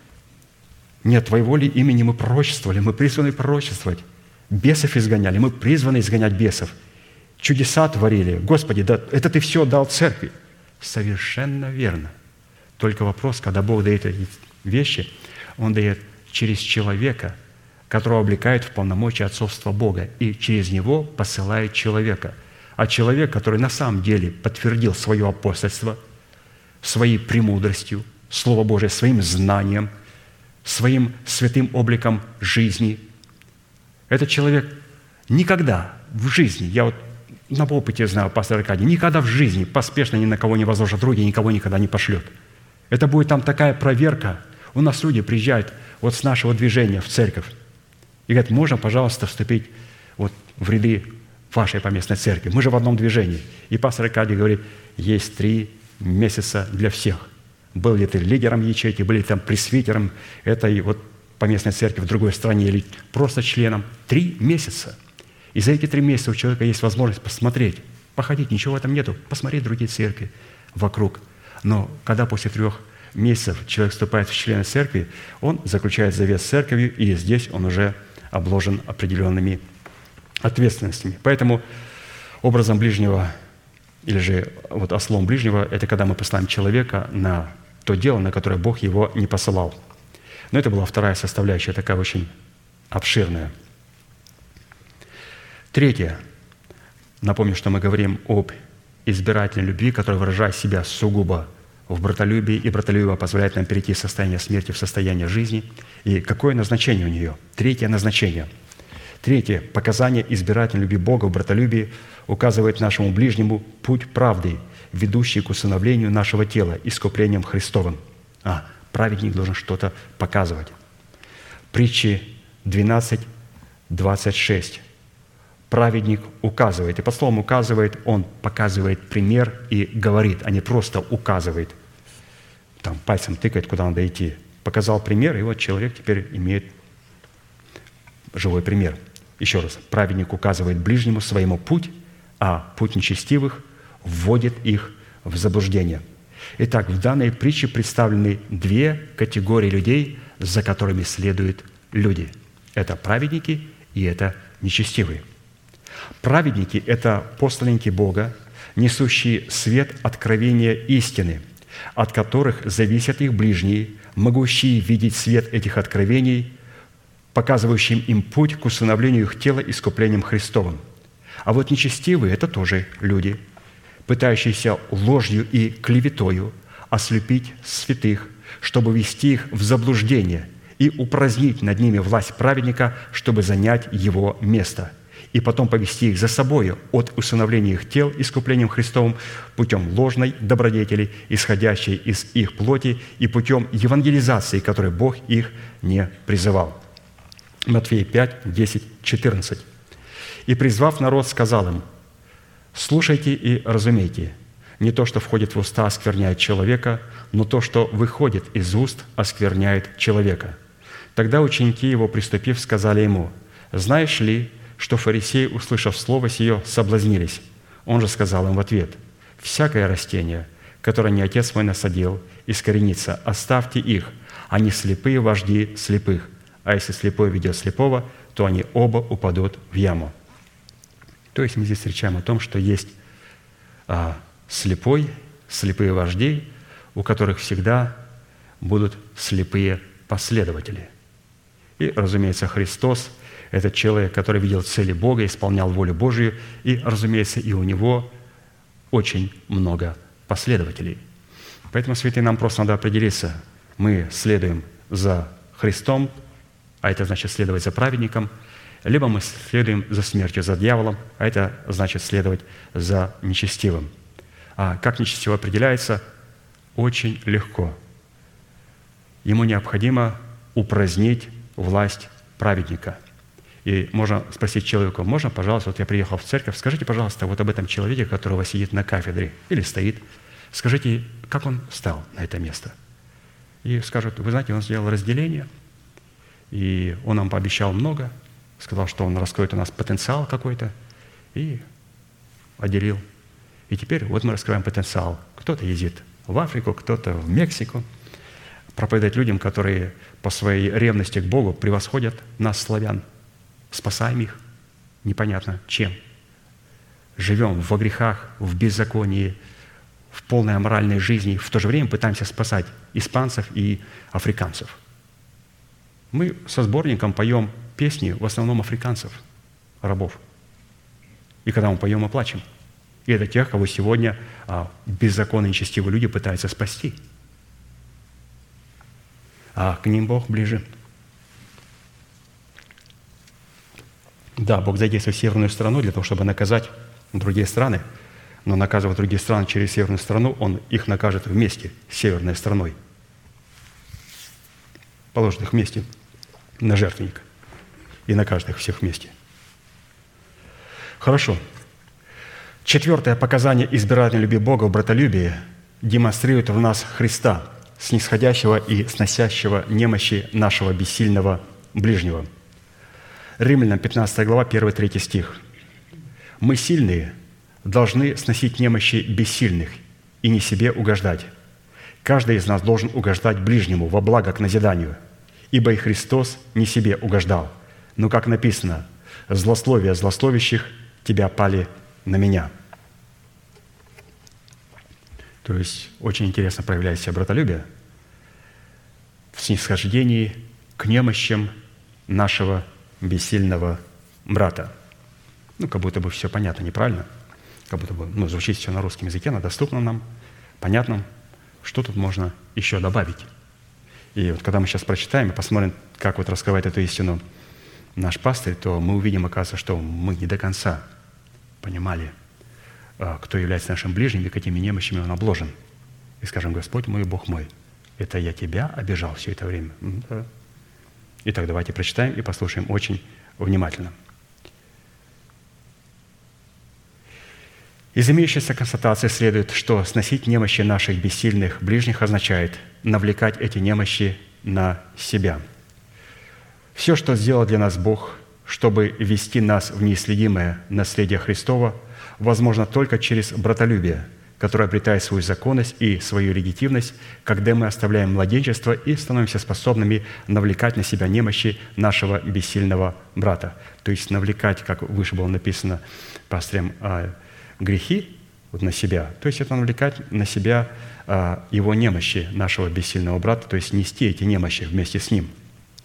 S1: Нет, Твоего ли имени мы пророчествовали, мы призваны пророчествовать. Бесов изгоняли, мы призваны изгонять бесов. Чудеса творили. Господи, да это Ты все дал церкви. Совершенно верно. Только вопрос, когда Бог дает эти вещи, Он дает через человека, которого облекает в полномочия отцовства Бога, и через него посылает человека. А человек, который на самом деле подтвердил свое апостольство своей премудростью, Слово Божие, своим знанием, своим святым обликом жизни, этот человек никогда в жизни, я вот на опыте знаю пастора Аркадия, никогда в жизни поспешно ни на кого не возложит руки, никого никогда не пошлет. Это будет там такая проверка. У нас люди приезжают вот с нашего движения в церковь и говорят: можно, пожалуйста, вступить вот в ряды вашей поместной церкви? Мы же в одном движении. И пастор Аркадий говорит: есть 3 месяца для всех. Был ли ты лидером ячейки, был ли там пресвитером, это и вот поместной церкви в другой стране или просто членом. 3 месяца. И за эти 3 месяца у человека есть возможность посмотреть, походить, ничего в этом нету, посмотреть другие церкви вокруг. Но когда после 3 месяцев человек вступает в члены церкви, он заключает завет с церковью, и здесь он уже обложен определенными ответственностями. Поэтому образом ближнего, или же вот ослом ближнего, это когда мы посылаем человека на то дело, на которое Бог его не посылал. Но это была вторая составляющая, такая очень обширная. Третье. Напомню, что мы говорим об избирательной любви, которая выражает себя сугубо в братолюбии, и братолюбие позволяет нам перейти из состояния смерти в состояние жизни. И какое назначение у нее? Третье назначение. Третье. Показание избирательной любви Бога в братолюбии указывает нашему ближнему путь правды, ведущий к усыновлению нашего тела искуплением Христовым. Праведник должен что-то показывать. Притчи 12:26. Праведник указывает. И под словом «указывает» он показывает пример и говорит, а не просто указывает. Там пальцем тыкает, куда надо идти. Показал пример, и вот человек теперь имеет живой пример. Еще раз. Праведник указывает ближнему своему путь, а путь нечестивых вводит их в заблуждение. Итак, в данной притче представлены 2 категории людей, за которыми следуют люди. Это праведники и это нечестивые. Праведники – это посланники Бога, несущие свет откровения истины, от которых зависят их ближние, могущие видеть свет этих откровений, показывающим им путь к усыновлению их тела искуплением Христовым. А вот нечестивые – это тоже люди, пытающиеся ложью и клеветою ослепить святых, чтобы ввести их в заблуждение и упразднить над ними власть праведника, чтобы занять его место, и потом повести их за собою от усыновления их тел искуплением Христовым путем ложной добродетели, исходящей из их плоти, и путем евангелизации, которой Бог их не призывал. Матфея 5, 10, 14. «И, призвав народ, сказал им: слушайте и разумейте, не то, что входит в уста, оскверняет человека, но то, что выходит из уст, оскверняет человека. Тогда ученики его, приступив, сказали ему: знаешь ли, что фарисеи, услышав слово сие, соблазнились? Он же сказал им в ответ: всякое растение, которое не отец мой насадил, искоренится, оставьте их, они слепые вожди слепых, а если слепой ведет слепого, то они оба упадут в яму». То есть мы здесь встречаем о том, что есть слепые вожди, у которых всегда будут слепые последователи. И, разумеется, Христос – это человек, который видел цели Бога, исполнял волю Божию, и, разумеется, и у него очень много последователей. Поэтому, святые, нам просто надо определиться. Мы следуем за Христом, а это значит следовать за праведником, либо мы следуем за смертью, за дьяволом, а это значит следовать за нечестивым. А как нечестивый определяется? Очень легко. Ему необходимо упразднить власть праведника. И можно спросить человека: можно, пожалуйста, вот я приехал в церковь, скажите, пожалуйста, вот об этом человеке, которого сидит на кафедре или стоит, скажите, как он встал на это место? И скажут: вы знаете, он сделал разделение, и он нам пообещал много, сказал, что он раскроет у нас потенциал какой-то, и отделил. И теперь вот мы раскрываем потенциал. Кто-то ездит в Африку, кто-то в Мексику, проповедовать людям, которые по своей ревности к Богу превосходят нас, славян, спасаем их непонятно чем. Живем во грехах, в беззаконии, в полной аморальной жизни, в то же время пытаемся спасать испанцев и африканцев. Мы со сборником поем песни в основном африканцев, рабов. И когда мы поем, мы плачем. И это тех, кого сегодня беззаконные и нечестивые люди пытаются спасти. А к ним Бог ближе. Да, Бог задействует северную страну для того, чтобы наказать другие страны, но наказывая другие страны через северную страну, Он их накажет вместе с северной страной. Положит их вместе на жертвенник и накажет их всех вместе. Хорошо. 4 показание избирательной любви Бога в братолюбии демонстрирует в нас Христа, снисходящего и сносящего немощи нашего бессильного ближнего. Римлянам 15 глава, 1-3 стих. «Мы сильные должны сносить немощи бессильных и не себе угождать. Каждый из нас должен угождать ближнему во благо к назиданию, ибо и Христос не себе угождал. Но, как написано, злословие злословящих тебя пали на меня». То есть очень интересно проявляет себя братолюбие в снисхождении к немощам нашего бессильного брата. Как будто бы все понятно, неправильно? Как будто бы звучит все на русском языке, на доступном нам, понятном. Что тут можно еще добавить? И вот когда мы сейчас прочитаем и посмотрим, как вот раскрывает эту истину наш пастырь, то мы увидим, оказывается, что мы не до конца понимали, кто является нашим ближним и какими немощами он обложен. И скажем: «Господь мой, Бог мой, это я тебя обижал все это время». Да. Итак, давайте прочитаем и послушаем очень внимательно. Из имеющейся констатации следует, что сносить немощи наших бессильных ближних означает навлекать эти немощи на себя. Все, что сделал для нас Бог, чтобы ввести нас в неисследимое наследие Христова, возможно только через братолюбие, которое обретает свою законность и свою легитимность, когда мы оставляем младенчество и становимся способными навлекать на себя немощи нашего бессильного брата. То есть навлекать, как выше было написано пастырем, грехи на себя, то есть это навлекать на себя его немощи нашего бессильного брата, то есть нести эти немощи вместе с ним.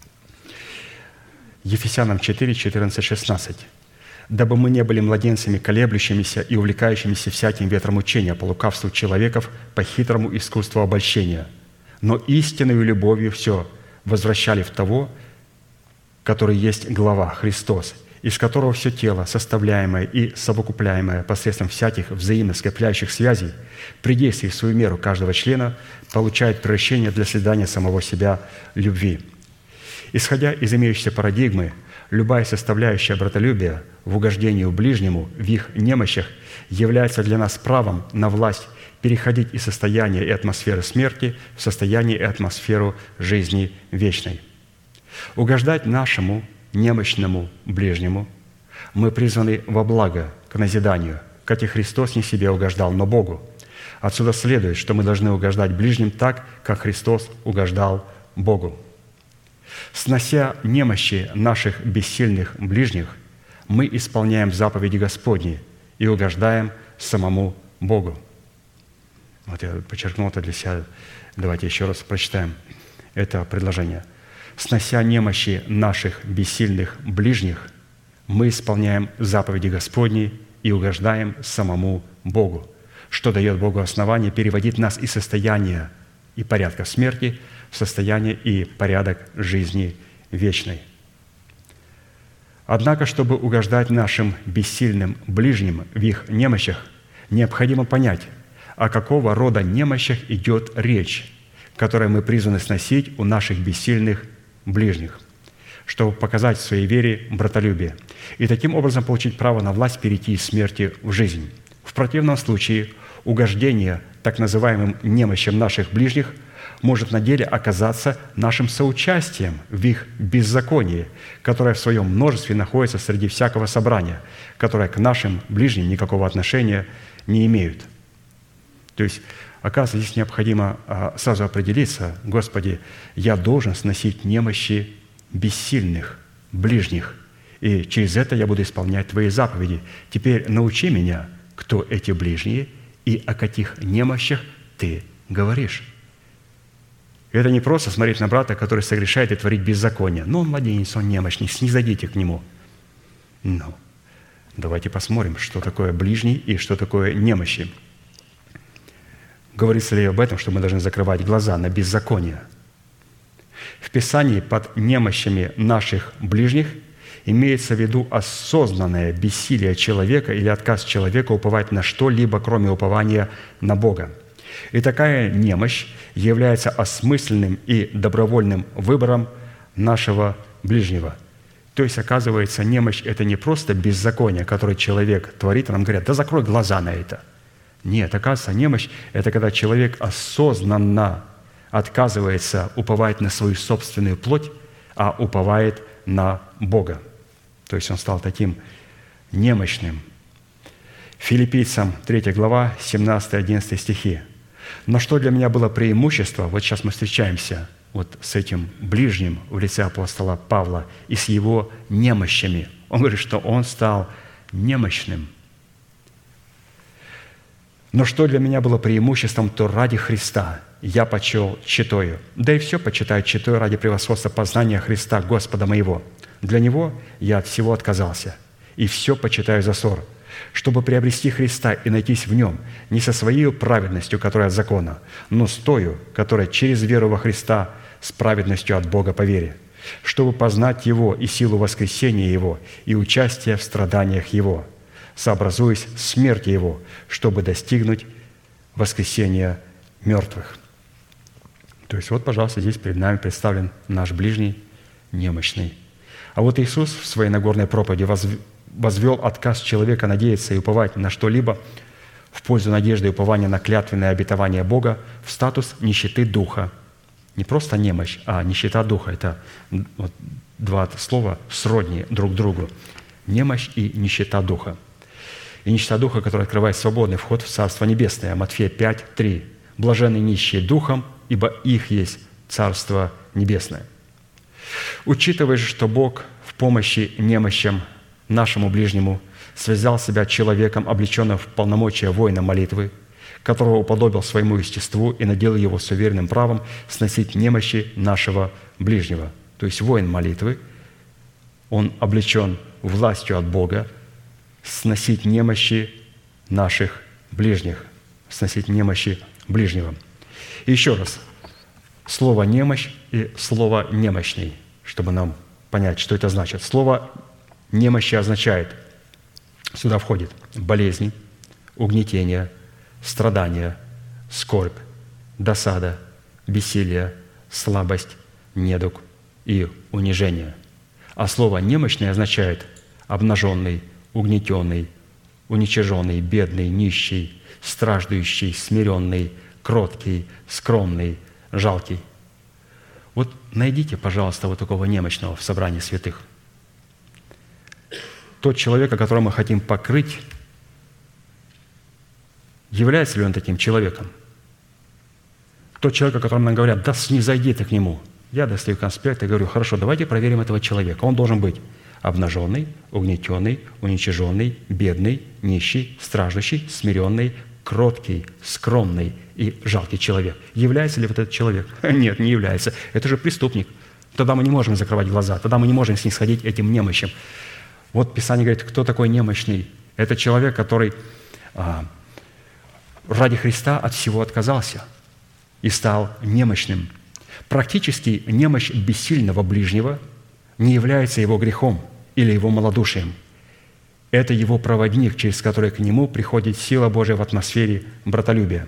S1: Ефесянам 4, 14, 16. «Дабы мы не были младенцами, колеблющимися и увлекающимися всяким ветром учения по лукавству человеков, по хитрому искусству обольщения, но истинную любовью все возвращали в того, который есть глава, Христос, из которого все тело, составляемое и совокупляемое посредством всяких взаимно скрепляющих связей, при действии в свою меру каждого члена, получает превращение для созидания самого себя любви». Исходя из имеющейся парадигмы, любая составляющая братолюбия в угождению ближнему в их немощах является для нас правом на власть переходить из состояния и атмосферы смерти в состояние и атмосферу жизни вечной. Угождать нашему немощному ближнему мы призваны во благо к назиданию, как и Христос не себе угождал, но Богу. Отсюда следует, что мы должны угождать ближним так, как Христос угождал Богу. Снося немощи наших бессильных ближних, мы исполняем заповеди Господни и угождаем самому Богу. Вот я подчеркнул это для себя. Давайте еще раз прочитаем это предложение. Снося немощи наших бессильных ближних, мы исполняем заповеди Господни и угождаем самому Богу, что дает Богу основание переводить нас из состояния и порядка смерти в состояние и порядок жизни вечной. Однако, чтобы угождать нашим бессильным ближним в их немощах, необходимо понять, о какого рода немощах идет речь, которую мы призваны сносить у наших бессильных ближних, чтобы показать в своей вере братолюбие и таким образом получить право на власть перейти из смерти в жизнь. В противном случае угождение так называемым немощам наших ближних может на деле оказаться нашим соучастием в их беззаконии, которое в своем множестве находится среди всякого собрания, которое к нашим ближним никакого отношения не имеют. То есть, оказывается, здесь необходимо сразу определиться: Господи, я должен сносить немощи бессильных ближних, и через это я буду исполнять Твои заповеди. Теперь научи меня, кто эти ближние и о каких немощах Ты говоришь. Это не просто смотреть на брата, который согрешает и творит беззаконие. Ну, он младенец, он немощный, снизойдите к нему. Ну, давайте посмотрим, что такое ближний и что такое немощи. Говорится ли об этом, что мы должны закрывать глаза на беззаконие? В Писании под немощами наших ближних имеется в виду осознанное бессилие человека или отказ человека уповать на что-либо, кроме упования на Бога. И такая немощь является осмысленным и добровольным выбором нашего ближнего. То есть, оказывается, немощь – это не просто беззаконие, которое человек творит, и нам говорят: да закрой глаза на это. Нет, оказывается, немощь – это когда человек осознанно отказывается уповать на свою собственную плоть, а уповает на Бога. То есть он стал таким немощным. Филиппийцам 3 глава, 17-11 стихи. «Но что для меня было преимущество?» Вот сейчас мы встречаемся вот с этим ближним в лице апостола Павла и с его немощами. Он говорит, что он стал немощным. «Но что для меня было преимуществом, то ради Христа я почел читою. Да и все почитаю читою ради превосходства познания Христа, Господа моего. Для Него я от всего отказался, и все почитаю за ссор, чтобы приобрести Христа и найтись в Нем, не со своей праведностью, которая от закона, но с тою, которая через веру во Христа, с праведностью от Бога по вере, чтобы познать Его и силу воскресения Его и участие в страданиях Его, сообразуясь смерти Его, чтобы достигнуть воскресения мертвых». То есть вот, пожалуйста, здесь перед нами представлен наш ближний немощный. А вот Иисус в своей Нагорной проповеди возвел отказ человека надеяться и уповать на что-либо в пользу надежды и упования на клятвенное обетование Бога в статус нищеты духа. Не просто немощь, а нищета духа. Это вот два слова сродни друг другу. Немощь и нищета духа. И нищета духа, которая открывает свободный вход в Царство Небесное. Матфея 5:3. «Блаженны нищие духом, ибо их есть Царство Небесное». Учитывая же, что Бог в помощи немощам нашему ближнему связал себя человеком, облеченным в полномочия воина молитвы, которого уподобил своему естеству и наделил его с уверенным правом сносить немощи нашего ближнего. То есть воин молитвы, он облечен властью от Бога сносить немощи наших ближних, сносить немощи ближнего. И еще раз, слово «немощь» и слово «немощный», чтобы нам понять, что это значит. Слово «немощи» означает, сюда входит болезни, угнетение, страдания, скорбь, досада, бессилие, слабость, недуг и унижение. А слово «немощный» означает обнаженный, угнетенный, уничиженный, бедный, нищий, страждущий, смиренный, кроткий, скромный, жалкий. Вот найдите, пожалуйста, вот такого немощного в собрании святых. Тот человек, о котором мы хотим покрыть, является ли он таким человеком? Тот человек, о котором нам говорят, да снизойди ты к нему. Я достаю конспект и говорю, хорошо, давайте проверим этого человека. Он должен быть обнаженный, угнетенный, уничиженный, бедный, нищий, страждущий, смиренный, кроткий, скромный и жалкий человек. Является ли вот этот человек? Нет, не является. Это же преступник. Тогда мы не можем закрывать глаза, тогда мы не можем снисходить этим немощам. Вот Писание говорит, кто такой немощный? Это человек, который ради Христа от всего отказался и стал немощным. Практически немощь бессильного ближнего не является его грехом или его малодушием. Это его проводник, через который к нему приходит сила Божия в атмосфере братолюбия.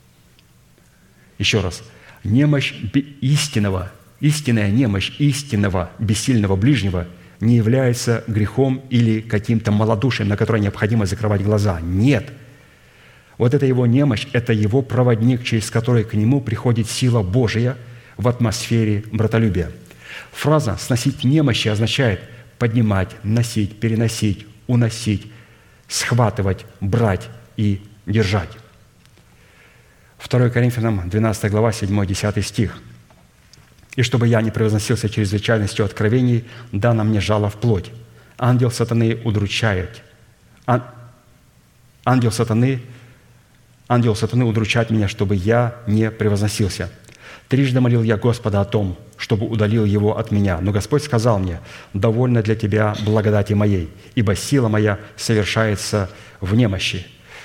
S1: Еще раз. Немощь истинная немощь истинного бессильного ближнего не является грехом или каким-то малодушием, на которое необходимо закрывать глаза. Нет. Вот это его немощь, это его проводник, через который к нему приходит сила Божия в атмосфере братолюбия. Фраза «сносить немощи» означает поднимать, носить, переносить, уносить, схватывать, брать и держать. 2 Коринфянам 12 глава, 7-10 стих. «И чтобы я не превозносился чрезвычайностью откровений, дано мне жало в плоть. Ангел сатаны удручает. Ангел сатаны удручает меня, чтобы я не превозносился. Трижды молил я Господа о том, чтобы удалил его от меня. Но Господь сказал мне, довольно для тебя благодати моей, ибо сила моя совершается в немощи.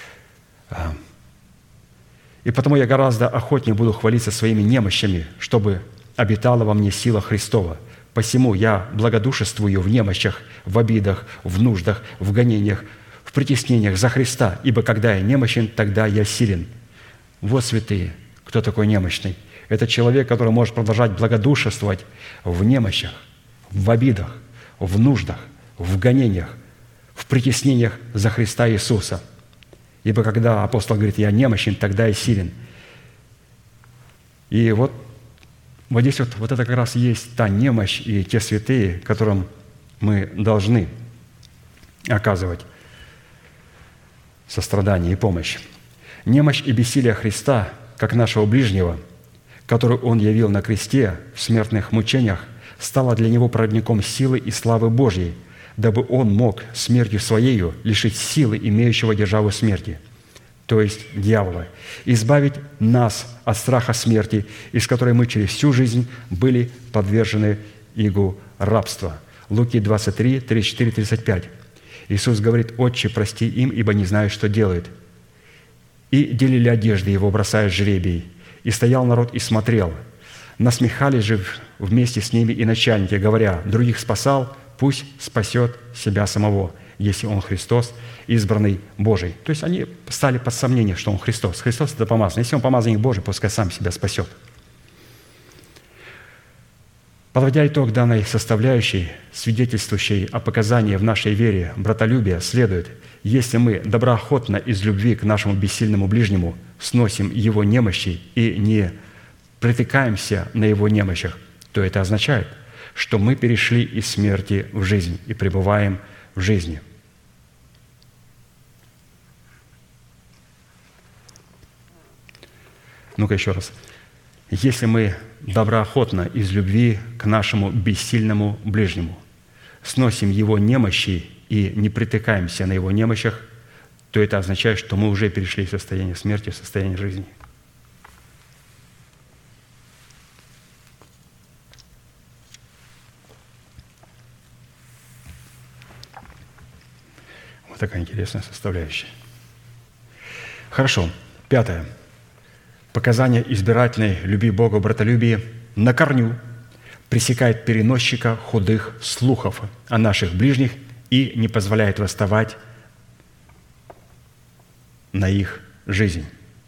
S1: И потому я гораздо охотнее буду хвалиться своими немощами, чтобы обитала во мне сила Христова. Посему я благодушествую в немощах, в обидах, в нуждах, в гонениях, в притеснениях за Христа, ибо когда я немощен, тогда я силен». Вот, святые, кто такой немощный? Это человек, который может продолжать благодушествовать в немощах, в обидах, в нуждах, в гонениях, в притеснениях за Христа Иисуса. Ибо когда апостол говорит, я немощен, тогда я силен. И вот здесь вот это как раз есть та немощь и те святые, которым мы должны оказывать сострадание и помощь. Немощь и бессилие Христа, как нашего ближнего, которую Он явил на кресте в смертных мучениях, стала для Него проводником силы и славы Божьей, дабы Он мог смертью Своею лишить силы имеющего державу смерти, то есть дьявола, избавить нас от страха смерти, из которой мы через всю жизнь были подвержены игу рабства. Луки 23, 34, 35. Иисус говорит: «Отче, прости им, ибо не знают, что делают». И делили одежды Его, бросая жребий. И стоял народ и смотрел. Насмехались же вместе с ними и начальники, говоря: «Других спасал, пусть спасет себя самого, если Он Христос, избранный Божий». То есть они стали под сомнение, что Он Христос. Христос – это помазанник. Если Он помазанник Божий, пускай сам себя спасет. Подводя итог данной составляющей, свидетельствующей о показании в нашей вере братолюбия, следует: если мы доброохотно из любви к нашему бессильному ближнему сносим его немощи и не притыкаемся на его немощах, то это означает, что мы перешли из смерти в жизнь и пребываем в жизни. Ну-ка еще раз. Если мы доброохотно из любви к нашему бессильному ближнему сносим его немощи и не притыкаемся на его немощах, то это означает, что мы уже перешли из состояния смерти в состояние жизни. Вот такая интересная составляющая. Хорошо. 5. Показание избирательной любви Бога в братолюбии на корню пресекает переносчика худых слухов о наших ближних и не позволяет восставать на их жизнь.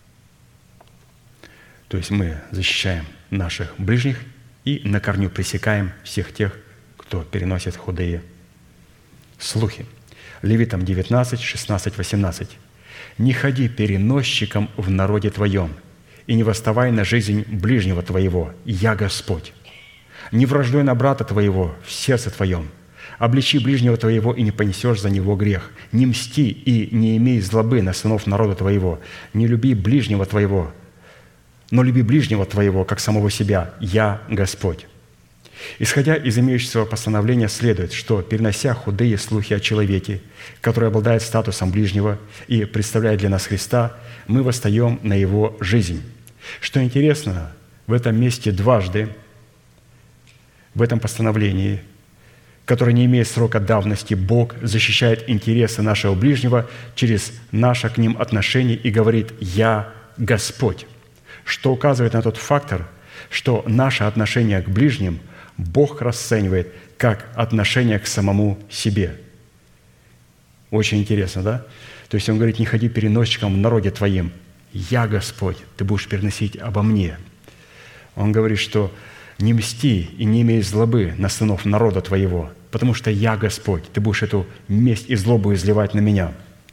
S1: То есть мы защищаем наших ближних и на корню пресекаем всех тех, кто переносит худые слухи. Левитам 19, 16, 18. «Не ходи переносчиком в народе твоем, и не восставай на жизнь ближнего твоего, я Господь. Не враждуй на брата твоего в сердце твоем, обличи ближнего твоего, и не понесешь за него грех. Не мсти и не имей злобы на сынов народа твоего, не люби ближнего твоего, но люби ближнего твоего, как самого себя, я Господь». Исходя из имеющегося постановления следует, что, перенося худые слухи о человеке, который обладает статусом ближнего и представляет для нас Христа, мы восстаем на его жизнь. Что интересно, в этом месте дважды, в этом постановлении, которое не имеет срока давности, Бог защищает интересы нашего ближнего через наше к ним отношение и говорит: «Я Господь», что указывает на тот фактор, что наше отношение к ближним Бог расценивает как отношение к самому себе. Очень интересно, да? То есть Он говорит: «Не ходи переносчиком в народе твоим, я Господь, ты будешь переносить обо мне». Он говорит, что не мсти и не имей злобы на сынов народа твоего, потому что я Господь, ты будешь эту месть и злобу изливать на меня.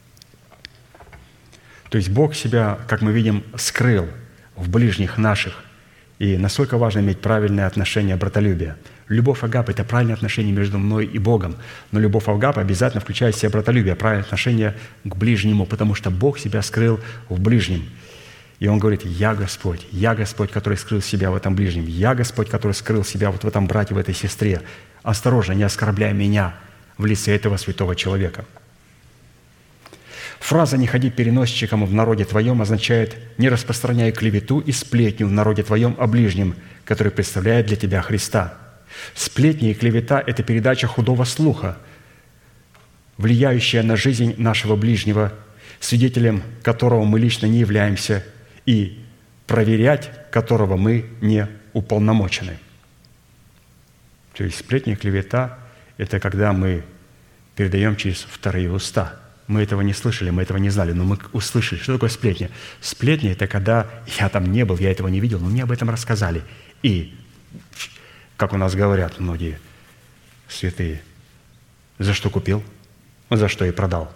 S1: То есть Бог себя, как мы видим, скрыл в ближних наших. И насколько важно иметь правильное отношение братолюбия. Любовь агапы – это правильное отношение между мной и Богом. Но любовь агапы обязательно включает в себя братолюбие, правильное отношение к ближнему, потому что Бог себя скрыл в ближнем. И Он говорит: «Я Господь, который скрыл себя в этом ближнем, я Господь, который скрыл себя вот в этом брате, в этой сестре. Осторожно, не оскорбляй меня в лице этого святого человека». Фраза «не ходи переносчиком в народе твоем» означает: «не распространяй клевету и сплетню в народе твоем о ближнем, который представляет для тебя Христа». Сплетни и клевета – это передача худого слуха, влияющая на жизнь нашего ближнего, свидетелем которого мы лично не являемся и проверять которого мы не уполномочены. То есть сплетни и клевета – это когда мы передаем через вторые уста. Мы этого не слышали, мы этого не знали, но мы услышали. Что такое сплетня? Сплетня – это когда я там не был, я этого не видел, но мне об этом рассказали. И, как у нас говорят многие святые, за что купил, за что и продал.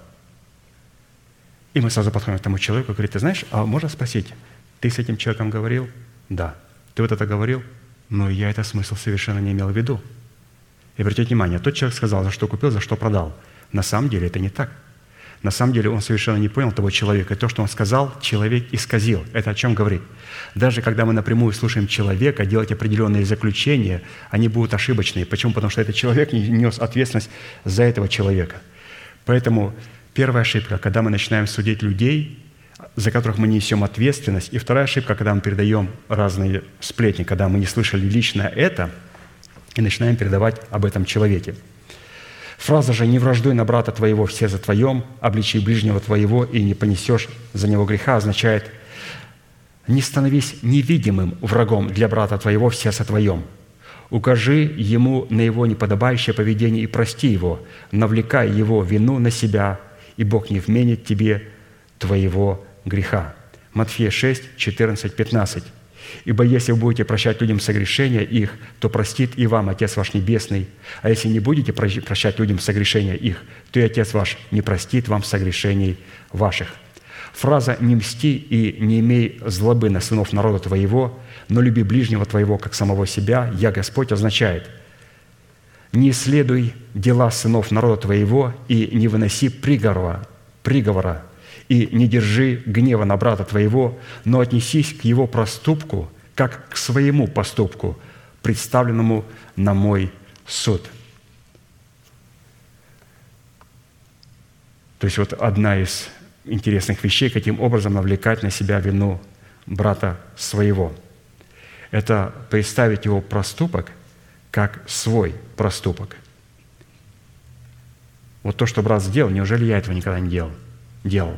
S1: И мы сразу подходим к тому человеку и говорим: ты знаешь, а можно спросить, ты с этим человеком говорил? Да. ты вот это говорил, но я этот смысл совершенно не имел в виду. И обратите внимание, тот человек сказал, за что купил, за что продал. На самом деле это не так. На самом деле он совершенно не понял того человека. И то, что он сказал, человек исказил. Это о чем говорит? Даже когда мы напрямую слушаем человека, делать определенные заключения, они будут ошибочные. Почему? Потому что этот человек не нес ответственность за этого человека. Поэтому первая ошибка, когда мы начинаем судить людей, за которых мы несем ответственность. И вторая ошибка, когда мы передаем разные сплетни, когда мы не слышали лично это, и начинаем передавать об этом человеке. Фраза же «не враждуй на брата твоего в сердце твоем, обличи ближнего твоего, и не понесешь за него греха» означает «не становись невидимым врагом для брата твоего в сердце твоем. Укажи ему на его неподобающее поведение и прости его, навлекай его вину на себя, и Бог не вменит тебе твоего греха». Матфея 6, 14, 15. «Ибо если вы будете прощать людям согрешения их, то простит и вам Отец ваш Небесный. А если не будете прощать людям согрешения их, то и Отец ваш не простит вам согрешений ваших». Фраза «не мсти и не имей злобы на сынов народа твоего, но люби ближнего твоего, как самого себя, я Господь» означает «не исследуй дела сынов народа твоего и не выноси приговора, и не держи гнева на брата твоего, но отнесись к его проступку, как к своему поступку, представленному на мой суд». То есть вот одна из интересных вещей, каким образом навлекать на себя вину брата своего. Это представить его проступок как свой проступок. Вот то, что брат сделал, неужели я этого никогда не делал?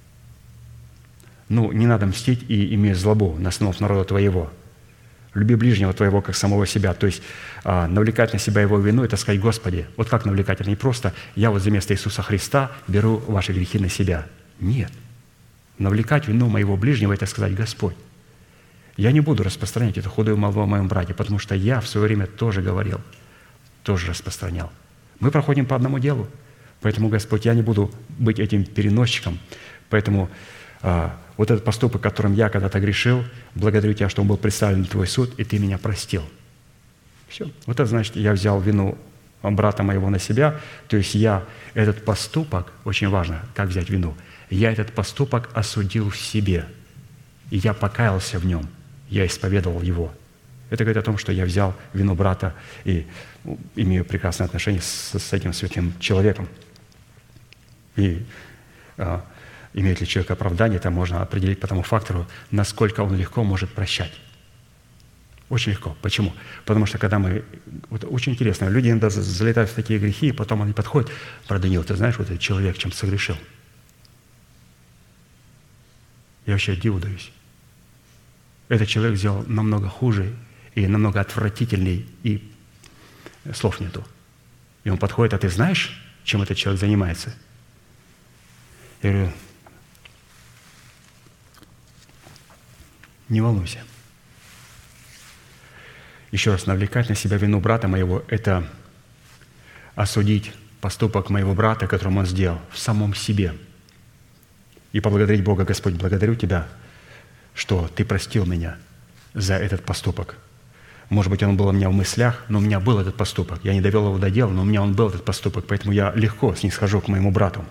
S1: Не надо мстить и иметь злобу на сынов народа твоего. Люби ближнего твоего, как самого себя. То есть навлекать на себя его вину – это сказать: «Господи». Вот как навлекать? Это не просто «я вот за место Иисуса Христа беру ваши грехи на себя». Нет. Навлекать вину моего ближнего – это сказать: «Господь, я не буду распространять эту худую молву о моем брате, потому что я в свое время тоже говорил, тоже распространял». Мы проходим по одному делу. Поэтому, Господь, я не буду быть этим переносчиком. Поэтому вот этот поступок, которым я когда-то грешил, благодарю Тебя, что он был представлен в Твой суд, и Ты меня простил. Все. Вот это значит, я взял вину брата моего на себя, то есть я этот поступок, очень важно, как взять вину, я этот поступок осудил в себе, и я покаялся в нем, я исповедовал его. Это говорит о том, что я взял вину брата и имею прекрасные отношения с этим святым человеком. И имеет ли человек оправдание, это можно определить по тому фактору, насколько он легко может прощать. Очень легко. Почему? Потому что когда мы... Вот очень интересно, люди иногда залетают в такие грехи, и потом они подходят: «Брат Даниил, ты знаешь, вот этот человек чем согрешил?» Я вообще диву даюсь. Этот человек сделал намного хуже и намного отвратительней, и слов нету. И он подходит: «А ты знаешь, чем этот человек занимается?» Я говорю: не волнуйся. Еще раз, навлекать на себя вину брата моего – это осудить поступок моего брата, которым он сделал, в самом себе. И поблагодарить Бога: «Господь, благодарю Тебя, что Ты простил меня за этот поступок». Может быть, он был у меня в мыслях, но у меня был этот поступок. Я не довел его до дела, но у меня он был, этот поступок, поэтому я легко снисхожу к моему брату.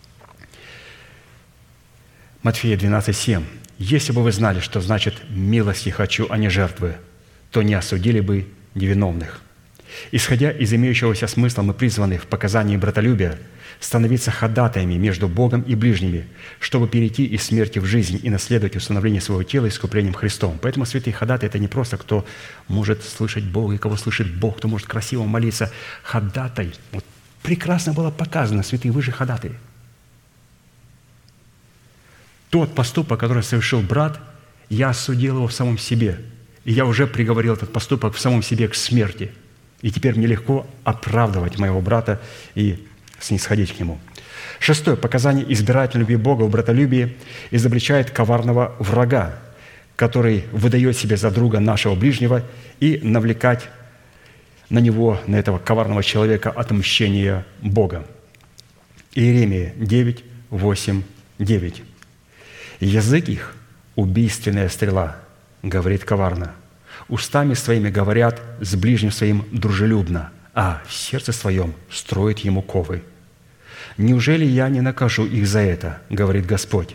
S1: Матфея 12:7. «Если бы вы знали, что значит «милости хочу, а не жертвы», то не осудили бы невиновных». Исходя из имеющегося смысла, мы призваны в показании братолюбия становиться ходатаями между Богом и ближними, чтобы перейти из смерти в жизнь и наследовать установление своего тела искуплением Христом. Поэтому святые ходатаи – это не просто кто может слышать Бога и кого слышит Бог, кто может красиво молиться. Ходатай. Вот прекрасно было показано: святые, вы же ходатаи. Тот поступок, который совершил брат, я осудил его в самом себе. И я уже приговорил этот поступок в самом себе к смерти. И теперь мне легко оправдывать моего брата и снисходить к нему. 6. Показание избирательной любви Бога в братолюбии изобличает коварного врага, который выдает себя за друга нашего ближнего, и навлекать на него, на этого коварного человека, отмщение Бога. Иеремия 9, 8, 9. «Язык их – убийственная стрела, говорит коварно. устами своими говорят с ближним своим дружелюбно, а в сердце своем строят ему ковы. Неужели я не накажу их за это, говорит Господь?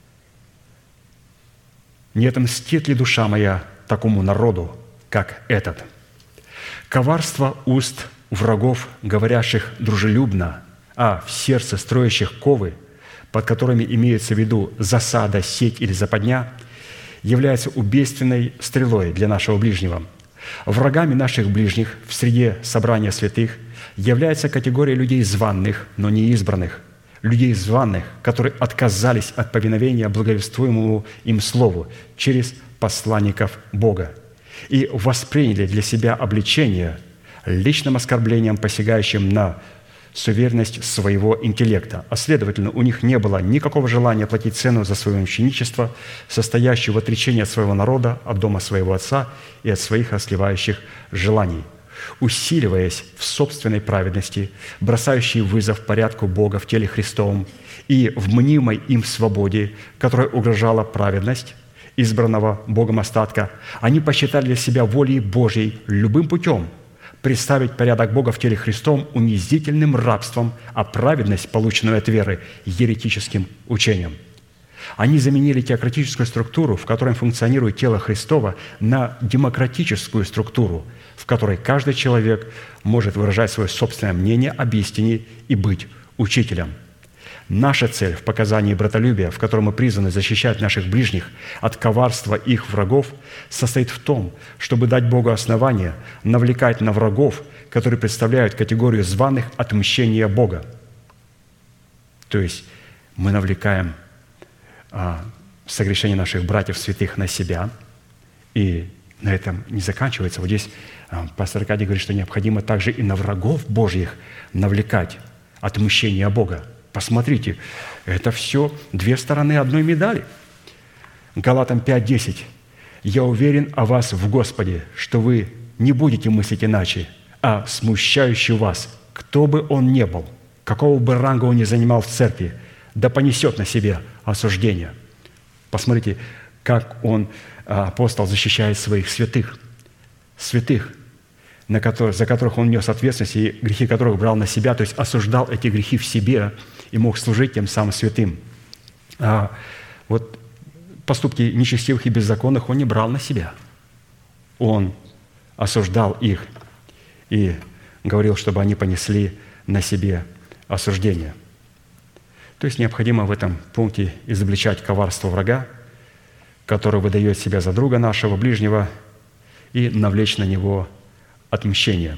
S1: Не отмстит ли душа моя такому народу, как этот? Коварство уст врагов, говорящих дружелюбно, а в сердце строящих ковы, под которыми имеется в виду засада, сеть или западня, является убийственной стрелой для нашего ближнего. Врагами наших ближних в среде собрания святых является категория людей званных, но не избранных, людей званных, которые отказались от повиновения благовествуемому им слову через посланников Бога и восприняли для себя обличение личным оскорблением, посягающим на суверенность своего интеллекта, а следовательно, у них не было никакого желания платить цену за свое ученичество, состоящее в отречении от своего народа, от дома своего отца и от своих расливающих желаний, усиливаясь в собственной праведности, бросающие вызов порядку Бога в теле Христовом и в мнимой им свободе, которая угрожала праведность избранного Богом остатка, они посчитали для себя волей Божьей любым путем представить порядок Бога в теле Христовом унизительным рабством, а праведность, полученную от веры, еретическим учением. Они заменили теократическую структуру, в которой функционирует тело Христова, на демократическую структуру, в которой каждый человек может выражать свое собственное мнение об истине и быть учителем. Наша цель в показании братолюбия, в котором мы призваны защищать наших ближних от коварства их врагов, состоит в том, чтобы дать Богу основание навлекать на врагов, которые представляют категорию званых, отмщения Бога. То есть мы навлекаем согрешение наших братьев святых на себя, и на этом не заканчивается. Вот здесь пастор Аркадий говорит, что необходимо также и на врагов Божьих навлекать отмщение Бога. Посмотрите, это все две стороны одной медали. Галатам 5:10. «Я уверен о вас в Господе, что вы не будете мыслить иначе, а смущающий вас, кто бы он ни был, какого бы ранга он ни занимал в церкви, да понесет на себе осуждение». Посмотрите, как апостол защищает своих святых, за которых он нес ответственность и грехи которых брал на себя, то есть осуждал эти грехи в себе и мог служить тем самым святым. А вот поступки нечестивых и беззаконных он не брал на себя. Он осуждал их и говорил, чтобы они понесли на себе осуждение. То есть необходимо в этом пункте изобличать коварство врага, который выдает себя за друга нашего ближнего, и навлечь на него отмщение.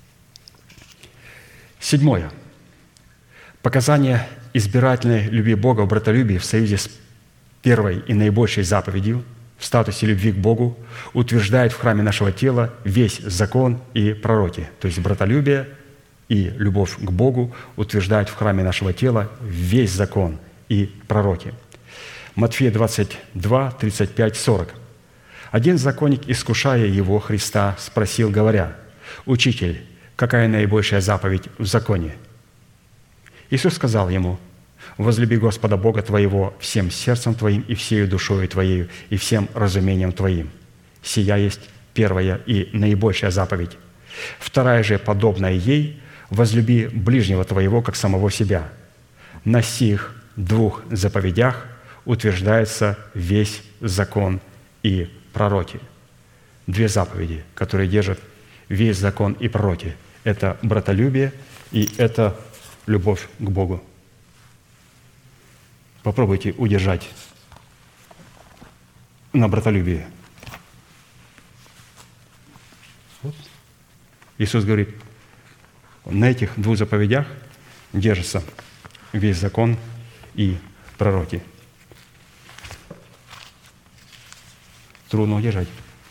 S1: 7. Показание избирательной любви Бога в братолюбии в союзе с первой и наибольшей заповедью в статусе любви к Богу утверждает в храме нашего тела весь закон и пророки. То есть братолюбие и любовь к Богу утверждает в храме нашего тела весь закон и пророки. Матфея 22, 35, 40. «Один законник, искушая его, Христа, спросил, говоря: „Учитель, какая наибольшая заповедь в законе?“ Иисус сказал ему: „Возлюби Господа Бога твоего всем сердцем твоим и всею душою твоею и всем разумением твоим. Сия есть первая и наибольшая заповедь. Вторая же, подобная ей: возлюби ближнего твоего, как самого себя. На сих двух заповедях утверждается весь закон и пророки». Две заповеди, которые держат весь закон и пророки. Это братолюбие и это любовь к Богу. Попробуйте удержать на братолюбии. Вот. Иисус говорит, на этих двух заповедях держится весь закон и пророки. Трудно удержать.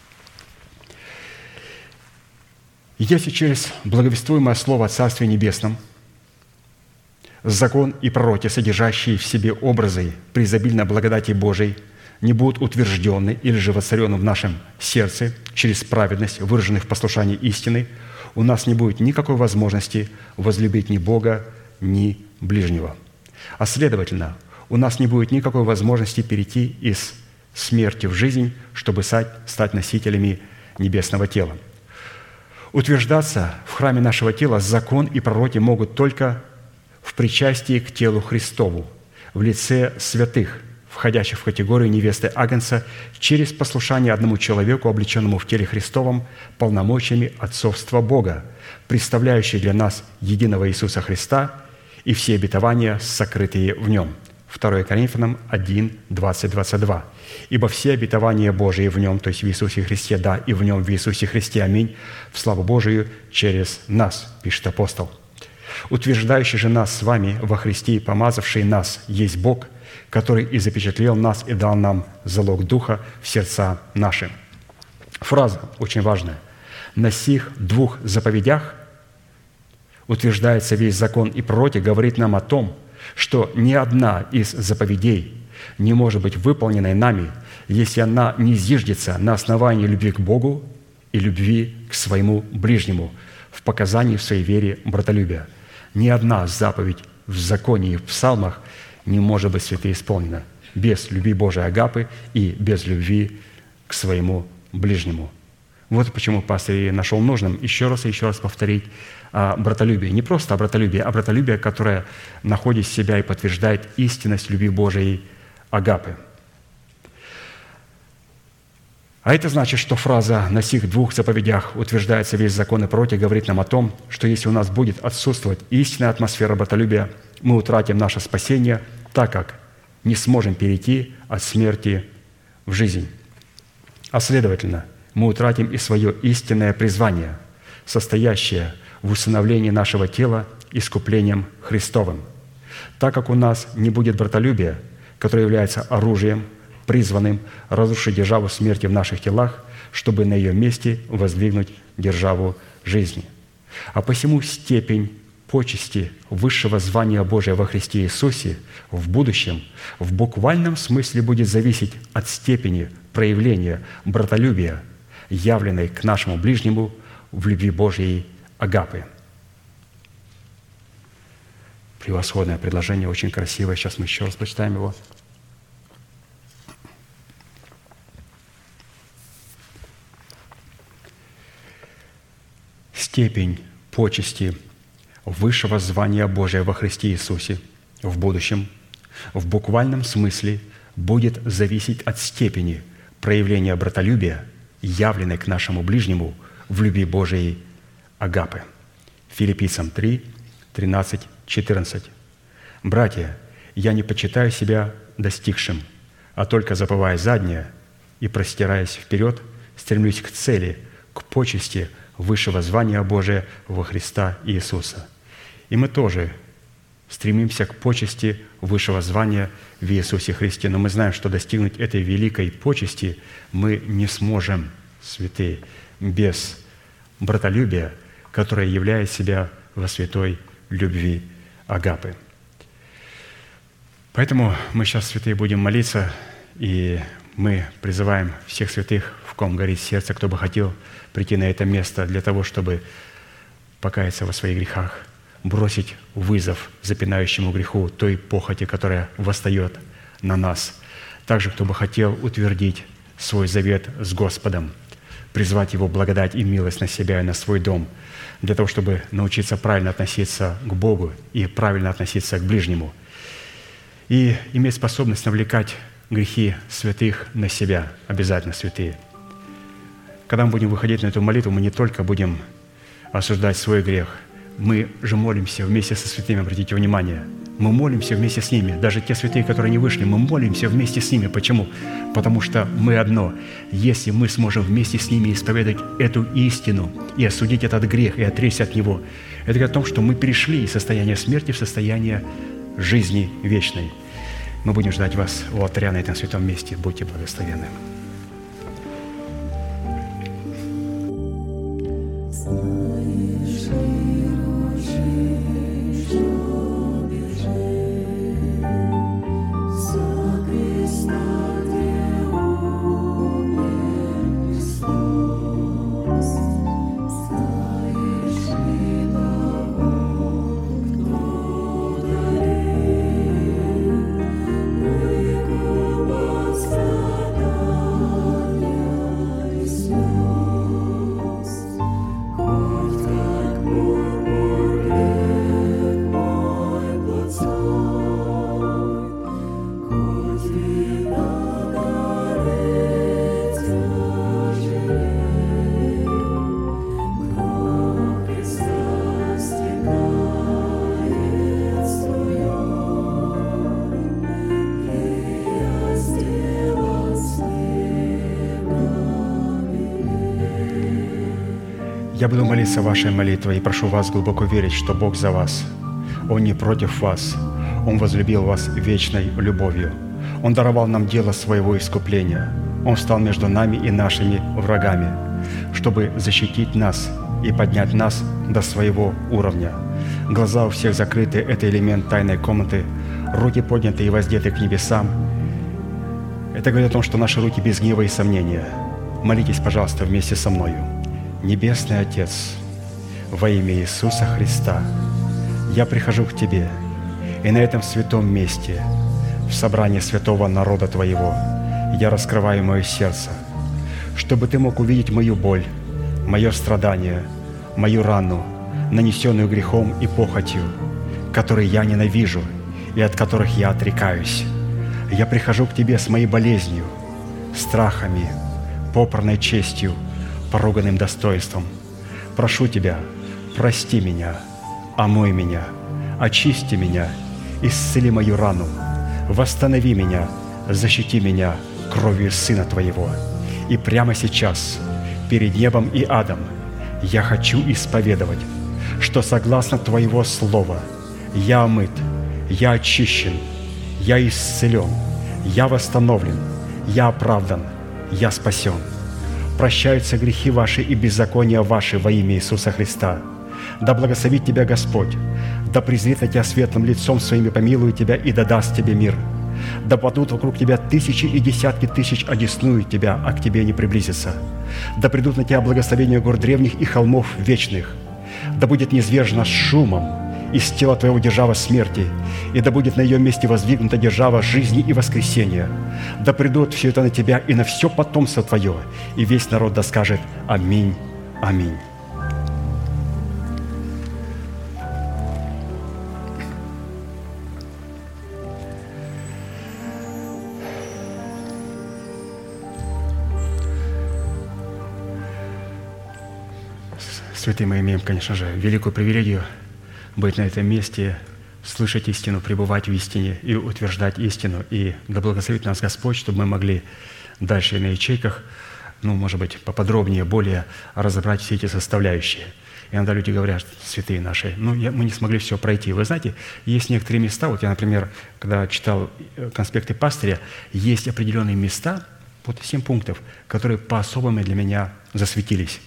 S1: Если через благовествуемое Слово о Царстве Небесном закон и пророки, содержащие в себе образы преизобильной благодати Божией, не будут утверждены или же воцарены в нашем сердце через праведность, выраженных в послушании истины, у нас не будет никакой возможности возлюбить ни Бога, ни ближнего. А следовательно, у нас не будет никакой возможности перейти из смерти в жизнь, чтобы стать носителями небесного тела. Утверждаться в храме нашего тела закон и пророки могут только в причастии к телу Христову, в лице святых, входящих в категорию невесты Агнца, через послушание одному человеку, облеченному в теле Христовом, полномочиями отцовства Бога, представляющие для нас единого Иисуса Христа и все обетования, сокрытые в Нем. 2 Коринфянам 1, 20, 22. «Ибо все обетования Божии в Нем, то есть в Иисусе Христе, да, и в Нем, в Иисусе Христе, аминь, в славу Божию через нас», пишет апостол. «Утверждающий же нас с вами во Христе и помазавший нас есть Бог, который и запечатлел нас и дал нам залог Духа в сердца наши». Фраза очень важная. «На сих двух заповедях утверждается весь закон и пророки», говорит нам о том, что ни одна из заповедей не может быть выполненной нами, если она не зиждется на основании любви к Богу и любви к своему ближнему в показании в своей вере братолюбия. Ни одна заповедь в законе и в псалмах не может быть святые исполнена без любви Божией агапы и без любви к своему ближнему. Вот почему пастор и нашел нужным еще раз и еще раз повторить о братолюбии. Не просто о братолюбии, а братолюбие, которое находит в себя и подтверждает истинность любви Божией агапы. А это значит, что фраза «на сих двух заповедях утверждается весь закон и пророки» говорит нам о том, что если у нас будет отсутствовать истинная атмосфера братолюбия, мы утратим наше спасение, так как не сможем перейти от смерти в жизнь. А следовательно, мы утратим и свое истинное призвание, состоящее в усыновлении нашего тела искуплением Христовым. Так как у нас не будет братолюбия, которое является оружием, призванным разрушить державу смерти в наших телах, чтобы на ее месте воздвигнуть державу жизни. А посему степень почести высшего звания Божия во Христе Иисусе в будущем в буквальном смысле будет зависеть от степени проявления братолюбия, явленной к нашему ближнему в любви Божьей агапы. Превосходное предложение, очень красивое. Сейчас мы еще раз прочитаем его. Степень почести высшего звания Божия во Христе Иисусе в будущем в буквальном смысле будет зависеть от степени проявления братолюбия, явленной к нашему ближнему в любви Божией агапы. Филиппийцам 3, 13, 14. «Братья, я не почитаю себя достигшим, а только забывая заднее и простираясь вперед, стремлюсь к цели, к почести высшего звания Божия во Христа Иисуса». И мы тоже стремимся к почести высшего звания в Иисусе Христе. Но мы знаем, что достигнуть этой великой почести мы не сможем, святые, без братолюбия, которое являет себя во святой любви агапы. Поэтому мы сейчас, святые, будем молиться, и мы призываем всех святых, в ком горит сердце, кто бы хотел прийти на это место для того, чтобы покаяться во своих грехах, бросить вызов запинающему греху той похоти, которая восстает на нас. Также, кто бы хотел утвердить свой завет с Господом, призвать Его благодать и милость на себя и на свой дом, для того, чтобы научиться правильно относиться к Богу и правильно относиться к ближнему, и иметь способность навлекать грехи святых на себя, обязательно святые. Когда мы будем выходить на эту молитву, мы не только будем осуждать свой грех, мы же молимся вместе со святыми, обратите внимание. Мы молимся вместе с ними. Даже те святые, которые не вышли, мы молимся вместе с ними. Почему? Потому что мы одно. Если мы сможем вместе с ними исповедать эту истину и осудить этот грех, и отречься от него, это говорит о том, что мы перешли из состояния смерти в состояние жизни вечной. Мы будем ждать вас у алтаря на этом святом месте. Будьте благословенны.
S2: Господа,
S1: Я буду молиться вашей молитвой и прошу вас глубоко верить, что Бог за вас. Он не против вас. Он возлюбил вас вечной любовью. Он даровал нам дело своего искупления. Он встал между нами и нашими врагами, чтобы защитить нас и поднять нас до своего уровня. Глаза у всех закрыты – это элемент тайной комнаты, руки подняты и воздеты к небесам. Это говорит о том, что наши руки без гнева и сомнения. Молитесь, пожалуйста, вместе со мною. Небесный Отец, во имя Иисуса Христа, я прихожу к Тебе, и на этом святом месте, в собрании святого народа Твоего, я раскрываю мое сердце, чтобы Ты мог увидеть мою боль, мое страдание, мою рану, нанесенную грехом и похотью, которые я ненавижу и от которых я отрекаюсь. Я прихожу к Тебе с моей болезнью, страхами, попранной честью, поруганным достоинством. Прошу Тебя, прости меня, омой меня, очисти меня, исцели мою рану, восстанови меня, защити меня кровью Сына Твоего. И прямо сейчас, перед небом и адом, я хочу исповедовать, что согласно Твоего Слова я омыт, я очищен, я исцелен, я восстановлен, я оправдан, я спасен. Прощаются грехи ваши и беззакония ваши во имя Иисуса Христа. Да благословит тебя Господь, да презрит на тебя светлым лицом своим и помилует тебя и да даст тебе мир. Да падут вокруг тебя тысячи и десятки тысяч, одесную тебя, а к тебе не приблизятся. Да придут на тебя благословения гор древних и холмов вечных. Да будет низвержена с шумом из тела твоего держава смерти, и да будет на ее месте воздвигнута держава жизни и воскресения. Да придут все это на тебя и на все потомство твое, и весь народ да скажет «Аминь, аминь». Святые, мы имеем, конечно же, великую привилегию быть на этом месте, слышать истину, пребывать в истине и утверждать истину. И да благословит нас Господь, чтобы мы могли дальше на ячейках, может быть, поподробнее, более разобрать все эти составляющие. И иногда люди говорят, святые наши, мы не смогли все пройти. Вы знаете, есть некоторые места, вот я, например, когда читал конспекты пастыря, есть определенные места, 7 пунктов, которые по-особому для меня засветились.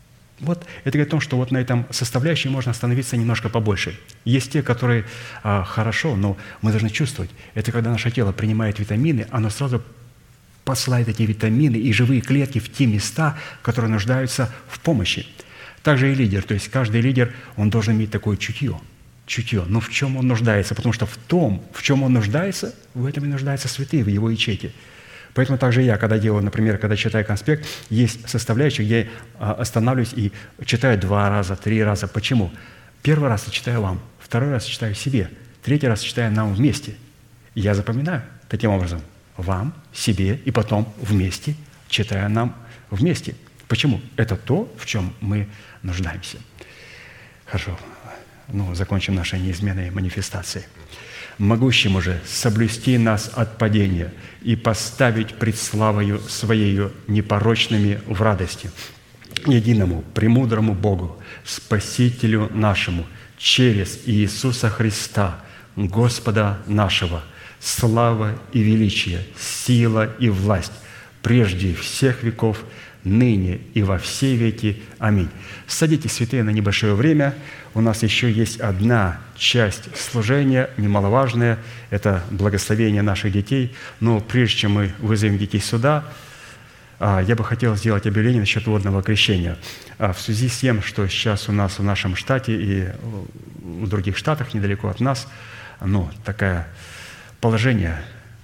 S1: Это говорит о том, что на этом составляющей можно остановиться немножко побольше. Есть те, которые хорошо, но мы должны чувствовать. Это когда наше тело принимает витамины, оно сразу посылает эти витамины и живые клетки в те места, которые нуждаются в помощи. Также и лидер. То есть каждый лидер, он должен иметь такое чутье. Но в чем он нуждается? Потому что в том, в чем он нуждается, в этом и нуждаются святые, в его ячейке. Поэтому также я, когда делаю, например, когда читаю конспект, есть составляющие, где я останавливаюсь и читаю 2 раза, 3 раза. Почему? 1 раз я читаю вам, 2 раз я читаю себе, 3 раз читаю нам вместе. И я запоминаю таким образом вам, себе и потом вместе, читая нам вместе. Почему? Это то, в чем мы нуждаемся. Хорошо. Закончим нашей неизменной манифестацией. Могущему же соблюсти нас от падения и поставить пред славою Своею непорочными в радости, единому, премудрому Богу, Спасителю нашему, через Иисуса Христа, Господа нашего, слава и величие, сила и власть, прежде всех веков, ныне и во все веки. Аминь. Садитесь, святые, на небольшое время. У нас еще есть одна часть служения, немаловажная. Это благословение наших детей. Но прежде чем мы вызовем детей сюда, я бы хотел сделать объявление насчет водного крещения. В связи с тем, что сейчас у нас в нашем штате и в других штатах недалеко от нас, такое положение,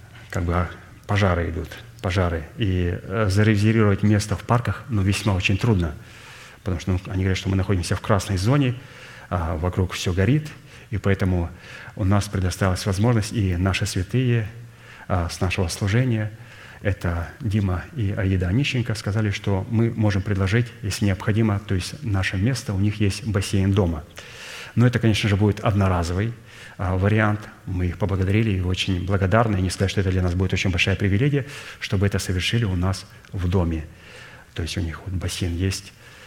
S1: пожары идут. И зарезервировать место в парках весьма очень трудно, потому что они говорят, что мы находимся в красной зоне, вокруг все горит, и поэтому у нас предоставилась возможность, и наши святые с нашего служения, это Дима и Аида Онищенко, сказали, что мы можем предложить, если необходимо, то есть наше место, у них есть бассейн дома. Но это, конечно же, будет одноразовый вариант. Мы их поблагодарили и очень благодарны. И не сказать, что это для нас будет очень большая привилегия, чтобы это совершили у нас в доме. То есть у них бассейн есть.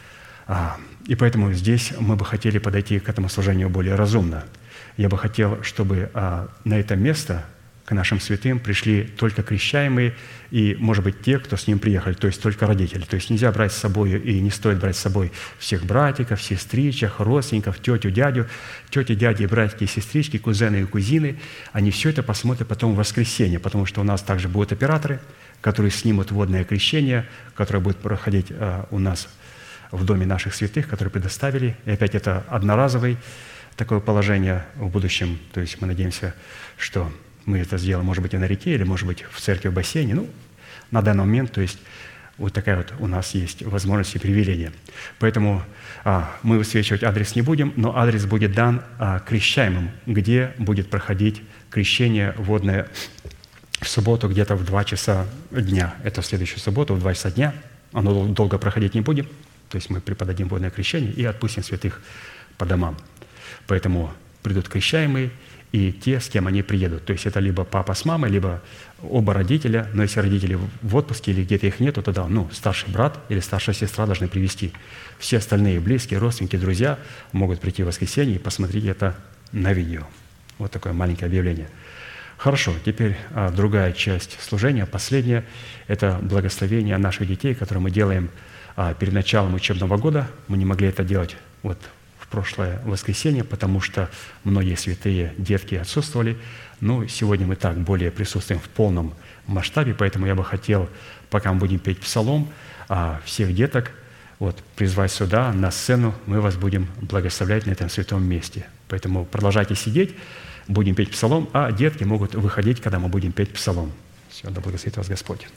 S1: И поэтому здесь мы бы хотели подойти к этому служению более разумно. Я бы хотел, чтобы на это место к нашим святым пришли только крещаемые и, может быть, те, кто с ним приехали, то есть только родители. То есть нельзя брать с собой и не стоит брать с собой всех братиков, сестричек, родственников, тетю, дядю, тети, дяди, братики и сестрички, кузены и кузины. Они все это посмотрят потом в воскресенье, потому что у нас также будут операторы, которые снимут водное крещение, которое будет проходить у нас в доме наших святых, которые предоставили. И опять это одноразовое такое положение в будущем. То есть мы надеемся, что мы это сделаем, может быть, и на реке, или, может быть, в церкви, в бассейне. На данный момент, то есть вот такая вот у нас есть возможность и привилегия. Поэтому мы высвечивать адрес не будем, но адрес будет дан крещаемым, где будет проходить крещение водное в субботу где-то в 2 часа дня. Это в следующую субботу в 2 часа дня. Оно долго проходить не будет. То есть мы преподадим водное крещение и отпустим святых по домам. Поэтому придут крещаемые и те, с кем они приедут. То есть это либо папа с мамой, либо оба родителя. Но если родители в отпуске или где-то их нету, тогда старший брат или старшая сестра должны привести. Все остальные близкие, родственники, друзья могут прийти в воскресенье и посмотреть это на видео. Вот такое маленькое объявление. Хорошо, теперь другая часть служения, последняя, это благословение наших детей, которое мы делаем перед началом учебного года. Мы не могли это делать в прошлое воскресенье, потому что многие святые детки отсутствовали. Но сегодня мы так более присутствуем в полном масштабе, поэтому я бы хотел, пока мы будем петь псалом, всех деток призвать сюда, на сцену, мы вас будем благословлять на этом святом месте. Поэтому продолжайте сидеть, будем петь псалом, а детки могут выходить, когда мы будем петь псалом. Все, да благословит вас Господь.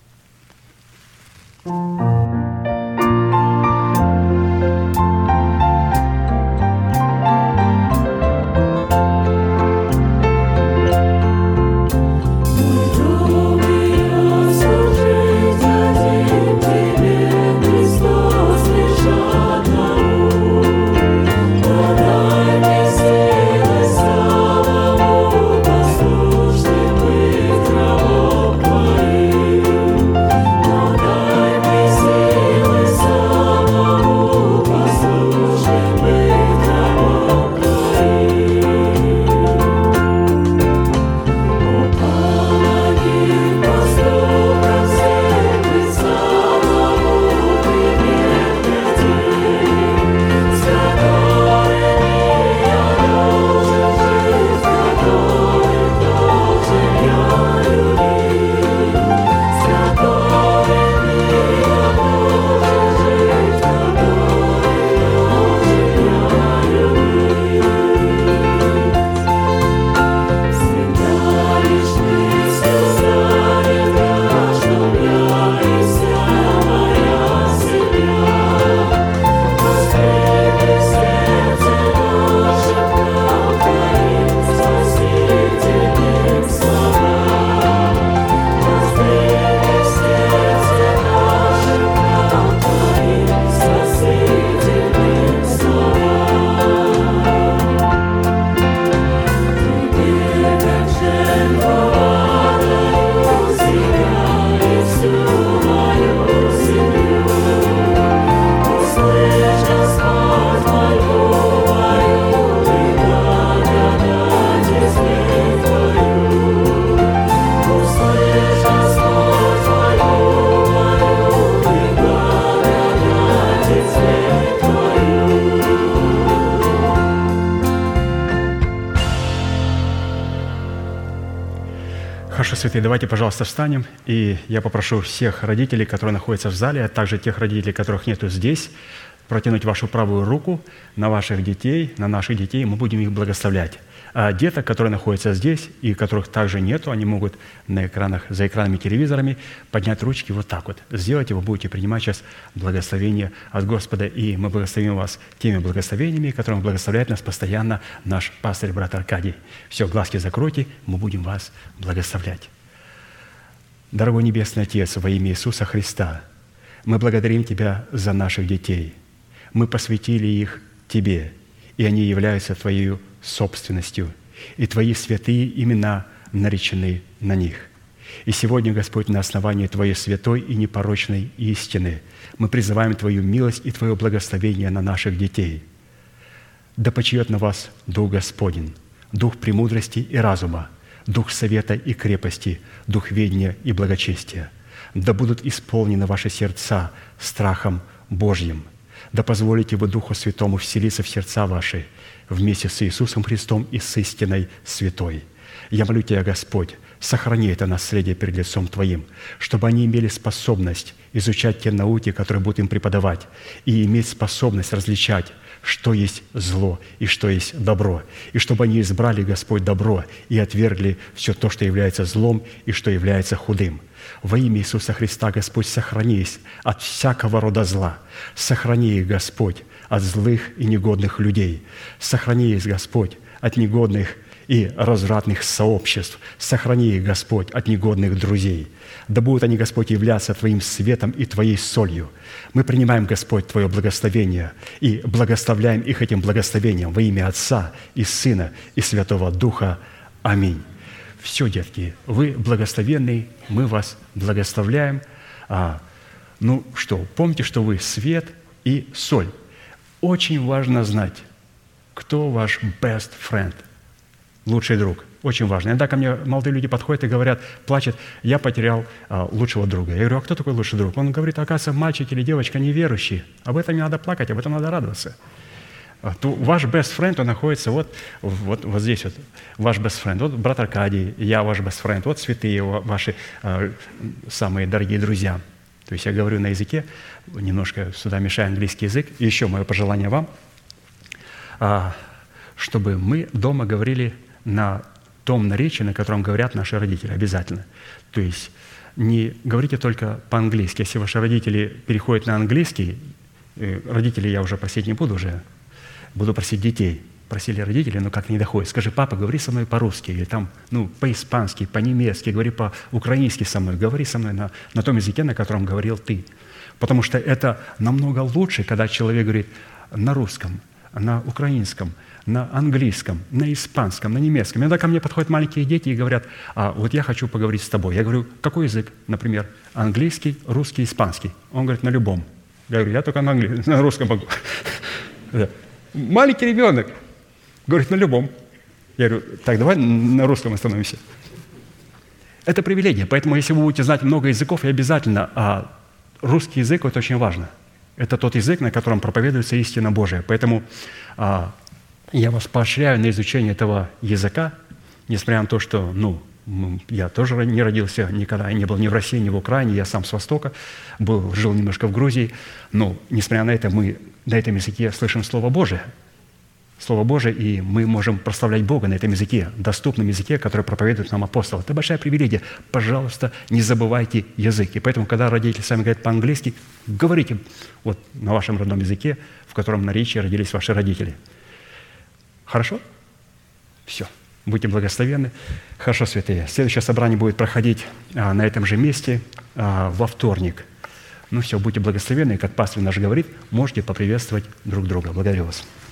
S1: Святые, давайте, пожалуйста, встанем, и я попрошу всех родителей, которые находятся в зале, а также тех родителей, которых нету здесь, протянуть вашу правую руку на ваших детей, на наших детей, мы будем их благословлять. А деток, которые находятся здесь и которых также нету, они могут на экранах, за экранами телевизорами поднять ручки вот так вот. Сделайте, вы будете принимать сейчас благословение от Господа, и мы благословим вас теми благословениями, которыми благословляет нас постоянно наш пастырь, брат Аркадий. Все, глазки закройте, мы будем вас благословлять. Дорогой Небесный Отец, во имя Иисуса Христа, мы благодарим Тебя за наших детей. Мы посвятили их Тебе, и они являются Твоей собственностью, и Твои святые имена наречены на них. И сегодня, Господь, на основании Твоей святой и непорочной истины мы призываем Твою милость и Твое благословение на наших детей. Да почиет на вас Дух Господень, Дух премудрости и разума, Дух совета и крепости, Дух ведения и благочестия. Да будут исполнены ваши сердца страхом Божьим. Да позволите вы Духу Святому вселиться в сердца ваши вместе с Иисусом Христом и с истиной святой. Я молю Тебя, Господь, сохрани это наследие перед лицом Твоим, чтобы они имели способность изучать те науки, которые будут им преподавать, и иметь способность различать, что есть зло и что есть добро, и чтобы они избрали, Господь, добро и отвергли все то, что является злом и что является худым. Во имя Иисуса Христа, Господь, сохрани их от всякого рода зла. Сохрани их, Господь, от злых и негодных людей. Сохрани их, Господь, от негодных и развратных сообществ. Сохрани их, Господь, от негодных друзей. Да будут они, Господь, являться Твоим светом и Твоей солью. Мы принимаем, Господь, Твое благословение и благословляем их этим благословением во имя Отца и Сына и Святого Духа. Аминь. Все, детки, вы благословенны, мы вас благословляем. Помните, что вы свет и соль. Очень важно знать, кто ваш best friend, лучший друг. Очень важно. Иногда ко мне молодые люди подходят и говорят, плачут, я потерял лучшего друга. Я говорю, а кто такой лучший друг? Он говорит, оказывается, мальчик или девочка неверующий. Об этом не надо плакать, об этом надо радоваться. Ваш best friend, он находится вот здесь, вот, ваш best friend. Вот брат Аркадий, я ваш best friend. Вот святые ваши самые дорогие друзья. То есть я говорю на языке, немножко сюда мешаю английский язык. И еще мое пожелание вам, чтобы мы дома говорили на том наречии, на котором говорят наши родители, обязательно. То есть не говорите только по-английски. Если ваши родители переходят на английский, родителей я уже просить не буду уже, буду просить детей. Просили родители, но как не доходит. Скажи, папа, говори со мной по-русски, или там, по-испански, по-немецки, говори по-украински со мной, говори со мной на том языке, на котором говорил ты. Потому что это намного лучше, когда человек говорит на русском, на украинском, на английском, на испанском, на немецком. Иногда ко мне подходят маленькие дети и говорят, вот я хочу поговорить с тобой. Я говорю, какой язык? Например, английский, русский, испанский. Он говорит, на любом. Я говорю, я только на русском могу. Маленький ребенок говорит, на любом. Я говорю, так, давай на русском остановимся. Это привилегия. Поэтому, если вы будете знать много языков, и обязательно русский язык – это очень важно. Это тот язык, на котором проповедуется истина Божия. Поэтому я вас поощряю на изучение этого языка, несмотря на то, что, я тоже не родился никогда, не был ни в России, ни в Украине, я сам с Востока, жил немножко в Грузии, но, несмотря на это, мы на этом языке слышим Слово Божие. Слово Божие, и мы можем прославлять Бога на этом языке, доступном языке, который проповедует нам апостол. Это большая привилегия. Пожалуйста, не забывайте язык. И поэтому, когда родители сами говорят по-английски, говорите вот на вашем родном языке, в котором наречии родились ваши родители. Хорошо? Все. Будьте благословенны. Хорошо, святые. Следующее собрание будет проходить на этом же месте во вторник. Все, будьте благословенны. И, как пастор наш говорит, можете поприветствовать друг друга. Благодарю вас.